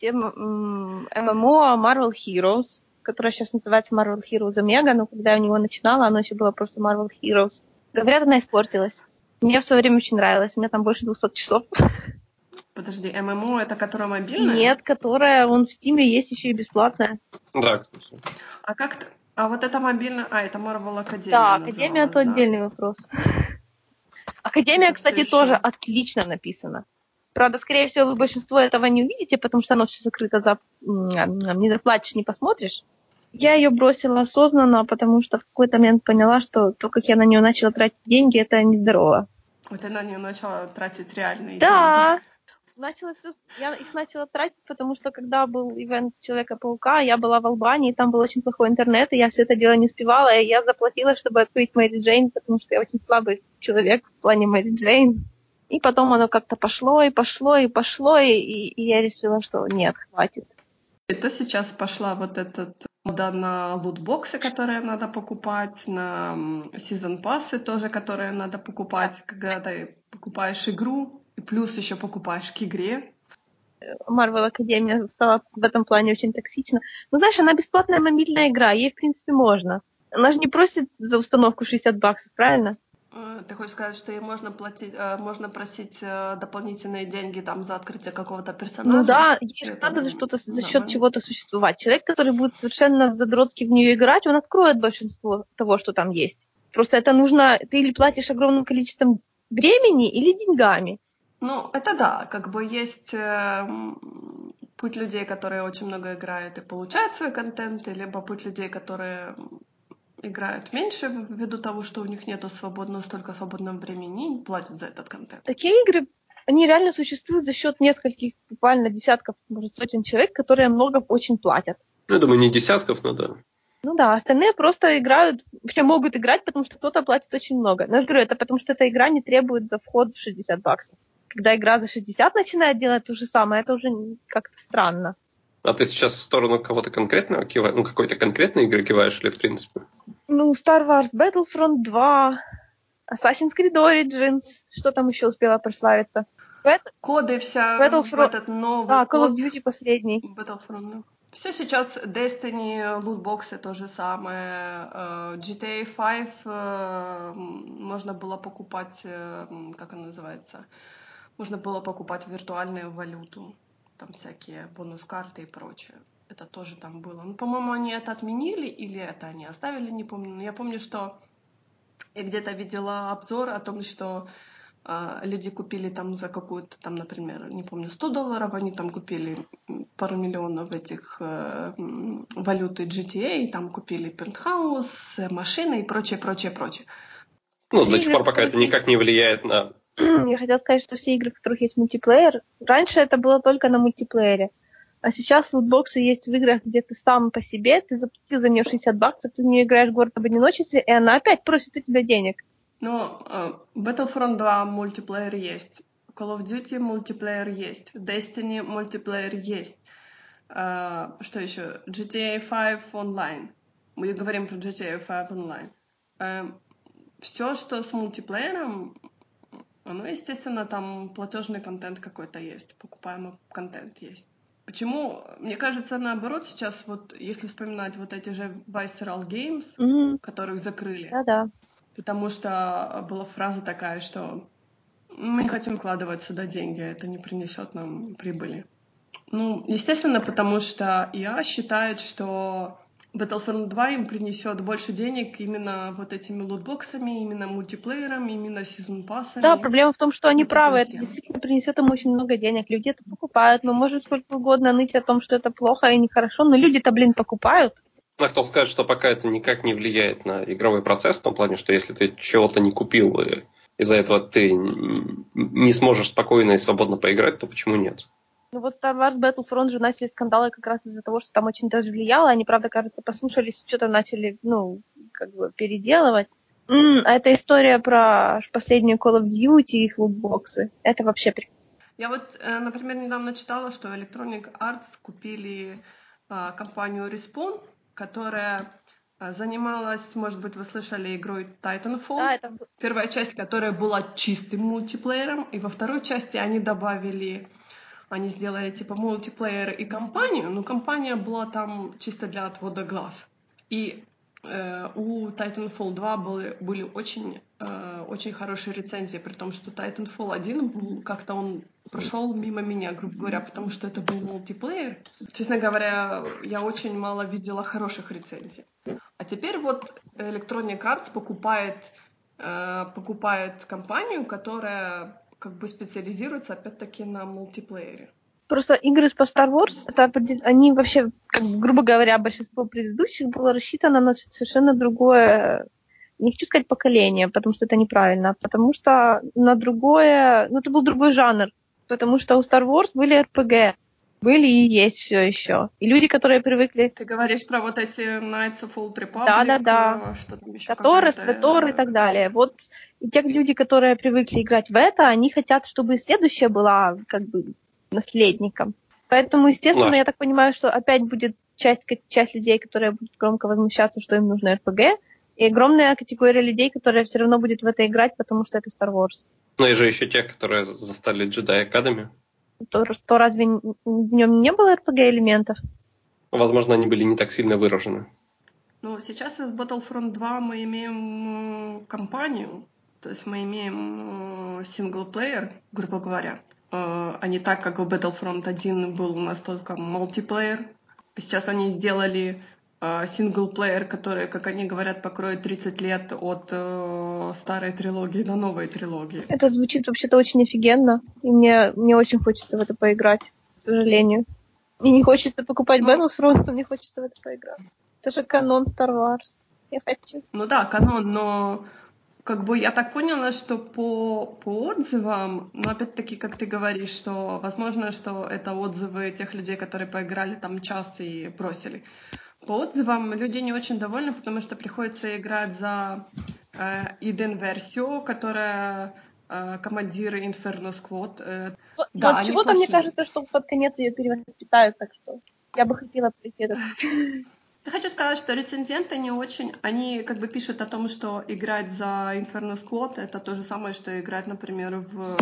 Speaker 3: ММО Marvel Heroes, которое сейчас называется Marvel Heroes Omega, но когда я у него начинала, оно еще было просто Marvel Heroes. Говорят, она испортилась. Мне в свое время очень нравилось. У меня там больше 200 часов.
Speaker 1: Подожди, ММО это которая мобильная?
Speaker 3: Нет, которая вон в Стиме есть еще и бесплатная.
Speaker 2: Да, кстати.
Speaker 1: А вот это мобильная... это Marvel Academia.
Speaker 3: Да, Академия это отдельный вопрос. Академия,
Speaker 1: Это
Speaker 3: кстати, тоже отлично написана. Правда, скорее всего, вы большинство этого не увидите, потому что оно все закрыто, не заплатишь, не посмотришь. Я ее бросила осознанно, потому что в какой-то момент поняла, что то, как я на нее начала тратить деньги, это нездорово.
Speaker 1: Вот ты на нее начала тратить реальные деньги.
Speaker 3: Да, я их начала тратить, потому что когда был ивент Человека-паука, я была в Албании, там был очень плохой интернет, и я все это дело не успевала, и я заплатила, чтобы открыть Мэри Джейн, потому что я очень слабый человек в плане Мэри Джейн. И потом оно как-то пошло, и я решила, что нет, хватит.
Speaker 1: И то сейчас пошла вот этот мода на лутбоксы, которые надо покупать, на сезон-пассы тоже, которые надо покупать, когда ты покупаешь игру, и плюс еще покупаешь к игре.
Speaker 3: Marvel Academia стала в этом плане очень токсична. Ну, знаешь, она бесплатная мобильная игра, ей, в принципе, можно. Она же не просит за установку $60, правильно?
Speaker 1: Ты хочешь сказать, что ей можно просить дополнительные деньги там за открытие какого-то персонажа?
Speaker 3: Ну да, ей же надо за счет чего-то существовать. Человек, который будет совершенно задротски в нее играть, он откроет большинство того, что там есть. Просто это нужно, ты или платишь огромным количеством времени, или деньгами.
Speaker 1: Ну, это да, как бы есть путь людей, которые очень много играют и получают свой контент, либо путь людей, которые играют меньше ввиду того, что у них нету столько свободного времени и платят за этот контент.
Speaker 3: Такие игры, они реально существуют за счет нескольких, буквально десятков, может, сотен человек, которые много очень платят.
Speaker 2: Ну, я думаю, не десятков, но да.
Speaker 3: Ну да, остальные просто играют, вообще могут играть, потому что кто-то платит очень много. Но я же говорю, это потому что эта игра не требует за вход в $60. Когда игра за 60 начинает делать то же самое, это уже как-то странно.
Speaker 2: А ты сейчас в сторону кого-то конкретного киваешь? Ну, какой-то конкретной игры киваешь или в принципе?
Speaker 3: Ну, Star Wars Battlefront 2, Assassin's Creed Origins, что там еще успела прославиться?
Speaker 1: Коды вся,
Speaker 3: Battlefront,
Speaker 1: этот новый
Speaker 3: Call
Speaker 1: код.
Speaker 3: of Duty последний.
Speaker 1: Battlefront, да. Все сейчас Destiny, лутбоксы то же самое. GTA 5 можно было покупать, как она называется? Можно было покупать виртуальную валюту. Там всякие бонус-карты и прочее. Это тоже там было. Ну, по-моему, они это отменили или это они оставили, не помню. Но я помню, что я где-то видела обзор о том, что люди купили там за какую-то, там, например, не помню, $100, они там купили пару миллионов этих валюты GTA, и там купили пентхаус, машины и прочее.
Speaker 2: Ну, до тех пор, пока это никак не влияет на...
Speaker 3: Я хотела сказать, что все игры, в которых есть мультиплеер, раньше это было только на мультиплеере, а сейчас лутбоксы есть в играх, где ты сам по себе, ты заплатил за нее $60, ты в нее играешь в город об одиночестве, и она опять просит у тебя денег.
Speaker 1: Ну, Battlefront 2 мультиплеер есть, Call of Duty мультиплеер есть, Destiny мультиплеер есть. Что еще? GTA 5 онлайн. Мы говорим про GTA 5 онлайн. Все, что с мультиплеером, оно, естественно, там платежный контент какой-то есть, покупаемый контент есть. Почему? Мне кажется, наоборот, сейчас вот, если вспоминать вот эти же Visceral Games, которых закрыли,
Speaker 3: Да-да.
Speaker 1: Потому что была фраза такая, что мы не хотим вкладывать сюда деньги, это не принесет нам прибыли. Ну, естественно, потому что EA считает, что Battlefront 2 им принесет больше денег именно вот этими лутбоксами, именно мультиплеером, именно сезон-пассами.
Speaker 3: Да, проблема в том, что они правы, это действительно принесет им очень много денег. Люди это покупают, мы можем сколько угодно ныть о том, что это плохо и нехорошо, но люди-то, покупают.
Speaker 2: Я хотел сказать, что пока это никак не влияет на игровой процесс, в том плане, что если ты чего-то не купил, и из-за этого ты не сможешь спокойно и свободно поиграть, то почему нет?
Speaker 3: Ну вот Star Wars Battlefront же начали скандалы как раз из-за того, что там очень даже влияло. Они, правда, кажется, послушались, что-то начали, переделывать. А эта история про последнюю Call of Duty и их лутбоксы. Это вообще прикольно.
Speaker 1: Я вот, например, недавно читала, что Electronic Arts купили компанию Respawn, которая занималась, может быть, вы слышали, игрой Titanfall.
Speaker 3: Да, это...
Speaker 1: Первая часть, которая была чистым мультиплеером, и во второй части они сделали типа мультиплеер и кампанию, но кампания была там чисто для отвода глаз. И у Titanfall 2 были очень хорошие рецензии, при том, что Titanfall 1 был, как-то он прошел мимо меня, грубо говоря, потому что это был мультиплеер. Честно говоря, я очень мало видела хороших рецензий. А теперь вот Electronic Arts покупает компанию, которая как бы специализируется опять-таки на мультиплеере.
Speaker 3: Просто игры по Star Wars, они вообще, грубо говоря, большинство предыдущих было рассчитано на совершенно другое, не хочу сказать поколение, потому что это неправильно, потому что на другое, это был другой жанр, потому что у Star Wars были RPG, были и есть все еще. И люди, которые привыкли...
Speaker 1: Ты говоришь про вот эти Knights of Old Republic,
Speaker 3: да.
Speaker 1: Что там еще?
Speaker 3: Торрес, Ветор и так далее. Вот и те люди, которые привыкли играть в это, они хотят, чтобы следующая была как бы наследником. Поэтому, естественно, я так понимаю, что опять будет часть людей, которые будут громко возмущаться, что им нужно RPG, и огромная категория людей, которые все равно будет в это играть, потому что это Star Wars.
Speaker 2: Ну и же еще те, которые застали Jedi Academy.
Speaker 3: То разве в нем не было RPG-элементов?
Speaker 2: Возможно, они были не так сильно выражены.
Speaker 1: Ну, сейчас из Battlefront 2 мы имеем кампанию, то есть мы имеем синглплеер, грубо говоря, а не так, как в Battlefront 1 был у нас только мультиплеер. Сейчас они сделали синглплеер, который, как они говорят, покроет 30 лет от старой трилогии до новой трилогии.
Speaker 3: Это звучит вообще-то очень офигенно, и мне очень хочется в это поиграть, к сожалению. И не хочется покупать Battlefront, но мне хочется в это поиграть. Это же канон Star Wars. Я хочу.
Speaker 1: Ну да, канон, но как бы я так поняла, что по отзывам, но опять-таки, как ты говоришь, что возможно, что это отзывы тех людей, которые поиграли там час и бросили. По отзывам люди не очень довольны, потому что приходится играть за Eden-версию, которая командиры Inferno Squad.
Speaker 3: Да, от чего-то мне кажется, что под конец ее перевоспитают, так что я бы хотела пройти этот.
Speaker 1: Я хочу сказать, что рецензенты не очень... Они как бы пишут о том, что играть за Inferno Squad — это то же самое, что играть, например, в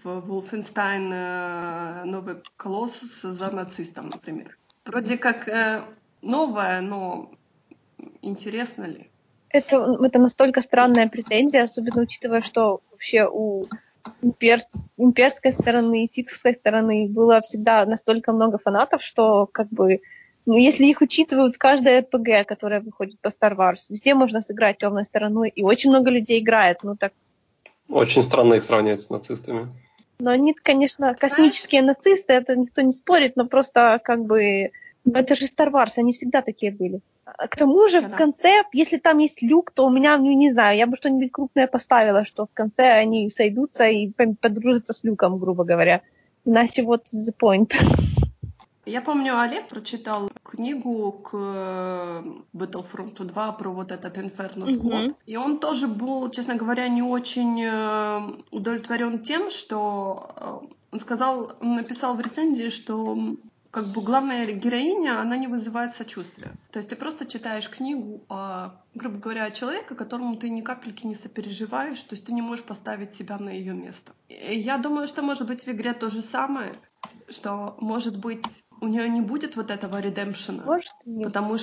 Speaker 1: Wolfenstein Новый Колоссус за нацистом, например. Вроде как новое, но интересно ли?
Speaker 3: Это настолько странная претензия, особенно учитывая, что вообще у имперской стороны и сикхской стороны было всегда настолько много фанатов, что как бы если их учитывают, каждая RPG, которая выходит по Star Wars, везде можно сыграть темной стороной, и очень много людей играет. Так.
Speaker 2: Очень странно их сравнивать с нацистами.
Speaker 3: Но они, конечно, космические нацисты, это никто не спорит, но просто как бы это же Star Wars, они всегда такие были. К тому же в конце, если там есть люк, то у меня, не знаю, я бы что-нибудь крупное поставила, что в конце они сойдутся и подружатся с люком, грубо говоря. Иначе вот the point.
Speaker 1: Я помню, Олег прочитал книгу к Battlefront 2 про вот этот Inferno Squad. И он тоже был, честно говоря, не очень удовлетворен тем, что он написал в рецензии, что как бы главная героиня, она не вызывает сочувствия. То есть ты просто читаешь книгу, грубо говоря, о человеке, которому ты ни капельки не сопереживаешь, то есть ты не можешь поставить себя на ее место. И я думаю, что может быть в игре то же самое, что может быть у нее не будет вот этого редемпшена, потому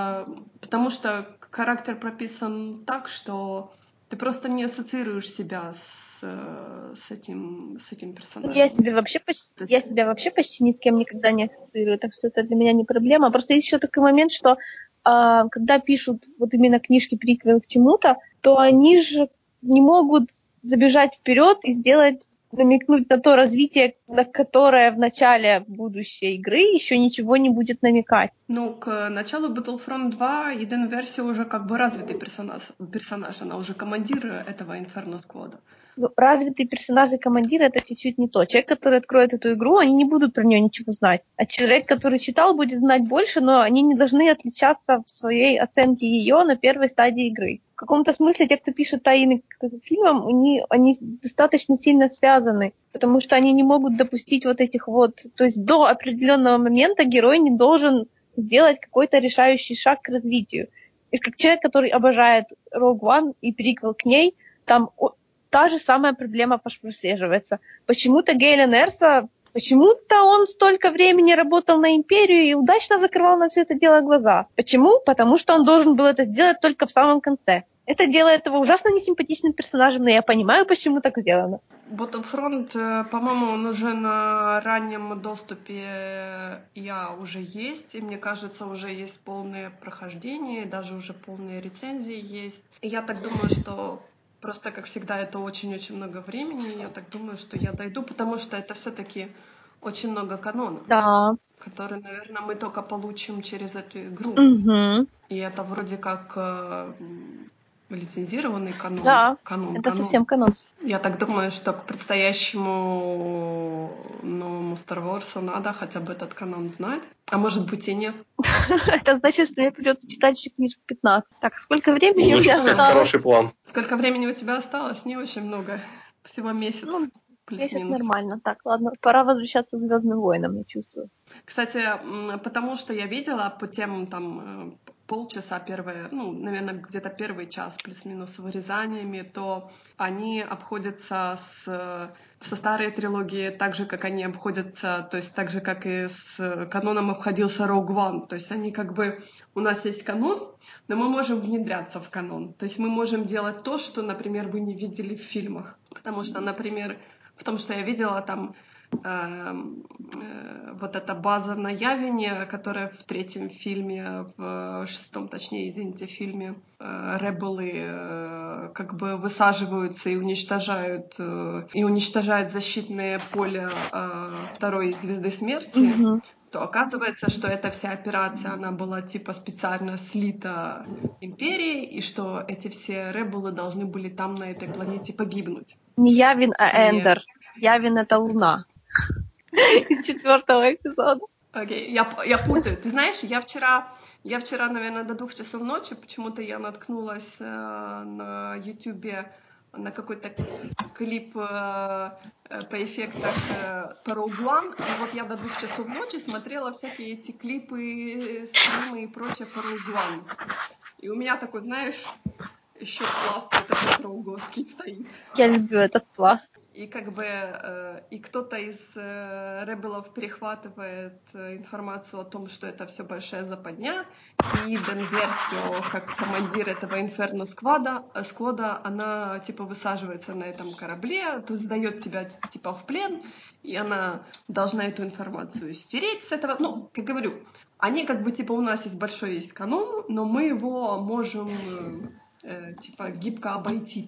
Speaker 1: что характер прописан так, что ты просто не ассоциируешь себя с этим персонажем.
Speaker 3: Я себя вообще почти ни с кем никогда не ассоциирую, так что это для меня не проблема. Просто есть еще такой момент, что когда пишут вот именно книжки приквел к чему-то, то они же не могут забежать вперед и намекнуть на то развитие, на которое в начале будущей игры еще ничего не будет намекать.
Speaker 1: Ну, к началу Battlefront 2 Eden-версия уже как бы развитый персонаж, она уже командир этого Inferno Squad.
Speaker 3: Ну, развитый персонаж и командир — это чуть-чуть не то. Человек, который откроет эту игру, они не будут про нее ничего знать. А человек, который читал, будет знать больше, но они не должны отличаться в своей оценке ее на первой стадии игры. В каком-то смысле те, кто пишет тайны к фильмам, они достаточно сильно связаны, потому что они не могут допустить вот этих вот... То есть до определенного момента герой не должен сделать какой-то решающий шаг к развитию. И как человек, который обожает Rogue One и приквел к ней, там та же самая проблема прослеживается. Почему-то Гейлен Эрса, почему-то он столько времени работал на Империю и удачно закрывал на все это дело глаза. Почему? Потому что он должен был это сделать только в самом конце. Это делает его ужасно несимпатичным персонажем, но я понимаю, почему так сделано.
Speaker 1: Battlefront, по-моему, он уже на раннем доступе я уже есть, и мне кажется, уже есть полное прохождение, даже уже полные рецензии есть. И я так думаю, что просто, как всегда, это очень-очень много времени. Я так думаю, что я дойду, потому что это все-таки очень много канона,
Speaker 3: да,
Speaker 1: который, наверное, мы только получим через эту игру.
Speaker 3: Угу.
Speaker 1: И это вроде как лицензированный канон.
Speaker 3: Да,
Speaker 1: канон.
Speaker 3: Совсем канон.
Speaker 1: Я так думаю, что к предстоящему новому Star Wars надо хотя бы этот канон знать. А может быть и нет.
Speaker 3: Это значит, что мне придется читать еще книжек 15. Так, сколько времени у тебя осталось?
Speaker 2: Хороший план.
Speaker 1: Сколько времени у тебя осталось? Не очень много. Всего месяц.
Speaker 3: Месяц нормально. Так, ладно, пора возвращаться к «Звездным войнам», я чувствую.
Speaker 1: Кстати, потому что я видела по тем там полчаса первые, наверное, где-то первый час плюс-минус вырезаниями, то они обходятся со старой трилогии так же, как они обходятся, то есть так же, как и с каноном обходился Rogue One. То есть они как бы... У нас есть канон, но мы можем внедряться в канон. То есть мы можем делать то, что, например, вы не видели в фильмах. Потому что, например, в том, что я видела там вот эта база на Явине, которая в 3-м фильме, в 6-м, точнее, извините, фильме ребелы как бы высаживаются и уничтожают защитное поле второй звезды смерти, то оказывается, что эта вся операция, она была типа специально слита Империей, и что эти все ребелы должны были там на этой планете погибнуть.
Speaker 3: Не Явин, а Эндер. Явин — это Луна. Из 4-го эпизода.
Speaker 1: Окей, я путаю. Ты знаешь, я вчера, наверное, до 2 часов ночи почему-то я наткнулась на Ютубе на какой-то клип по эффектах по Rogue One. И вот я до 2 часов ночи смотрела всякие эти клипы, стримы и прочее по Rogue One. И у меня такой, знаешь, еще пласт такой роуговский стоит.
Speaker 3: Я люблю этот пласт.
Speaker 1: И как бы и кто-то из ребелов перехватывает информацию о том, что это все большая западня, и Дэн Версио, как командир этого Инферно сквада, она типа высаживается на этом корабле, то есть сдает тебя типа в плен, и она должна эту информацию стереть с этого. Ну, как говорю, они как бы типа у нас есть большой канон, но мы его можем типа гибко обойти,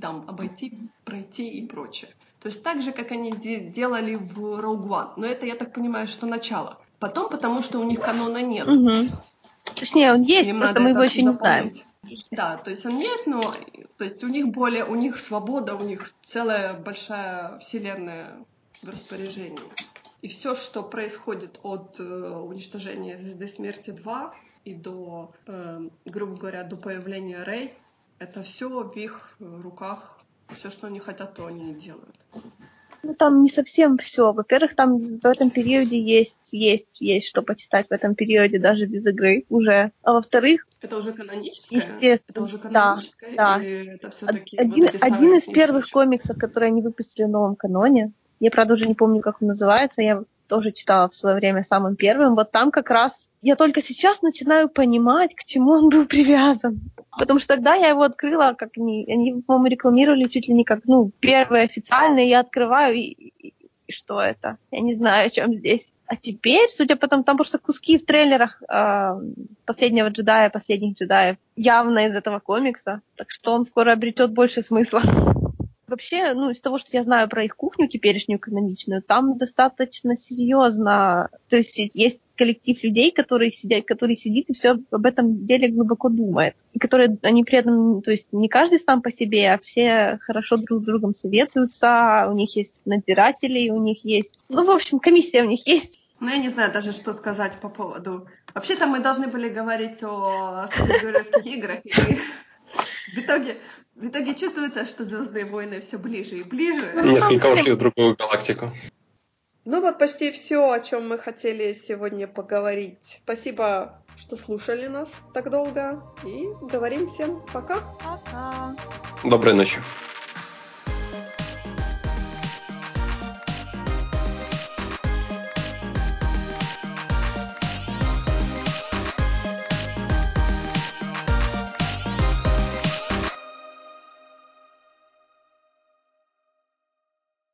Speaker 1: пройти и прочее. То есть так же, как они делали в Rogue One. Но это, я так понимаю, что начало. Потом, потому что у них канона нет.
Speaker 3: Угу. Точнее, он есть, им просто мы его еще не знаем.
Speaker 1: Да, то есть он есть, но то есть у них свобода, у них целая большая вселенная в распоряжении. И все, что происходит от уничтожения Звезды Смерти 2 и до, грубо говоря, до появления Рей, это все в их руках. Все, что они хотят, то они и делают.
Speaker 3: Ну, там не совсем все. Во-первых, там в этом периоде есть что почитать в этом периоде, даже без игры уже. А во-вторых...
Speaker 1: Это уже каноническое?
Speaker 3: Естественно.
Speaker 1: Это уже каноническое?
Speaker 3: Да.
Speaker 1: Или это все-таки
Speaker 3: один из первых комиксов, которые они выпустили в новом каноне. Я, правда, уже не помню, как он называется. Я тоже читала в свое время самым первым. Вот там как раз я только сейчас начинаю понимать, к чему он был привязан. Потому что тогда я его открыла, как они, по-моему, рекламировали чуть ли не как, первый официальный, я открываю, и что это? Я не знаю, о чем здесь. А теперь, судя по тому, там просто куски в трейлерах последних джедаев, явно из этого комикса. Так что он скоро обретет больше смысла. Вообще, из того, что я знаю про их кухню теперешнюю каноничную, там достаточно серьезно. То есть есть коллектив людей, который сидит и все об этом деле глубоко думает. И которые, они при этом, то есть не каждый сам по себе, а все хорошо друг с другом советуются, у них есть надзиратели, у них есть... в общем, комиссия у них есть.
Speaker 1: Я не знаю даже, что сказать по поводу... Вообще-то мы должны были говорить о супергеройских играх, и в итоге чувствуется, что «Звездные войны» все ближе и ближе.
Speaker 2: Несколько ушли в другую галактику.
Speaker 4: Вот почти все, о чем мы хотели сегодня поговорить. Спасибо, что слушали нас так долго. И говорим всем пока.
Speaker 3: Пока.
Speaker 2: Доброй ночи.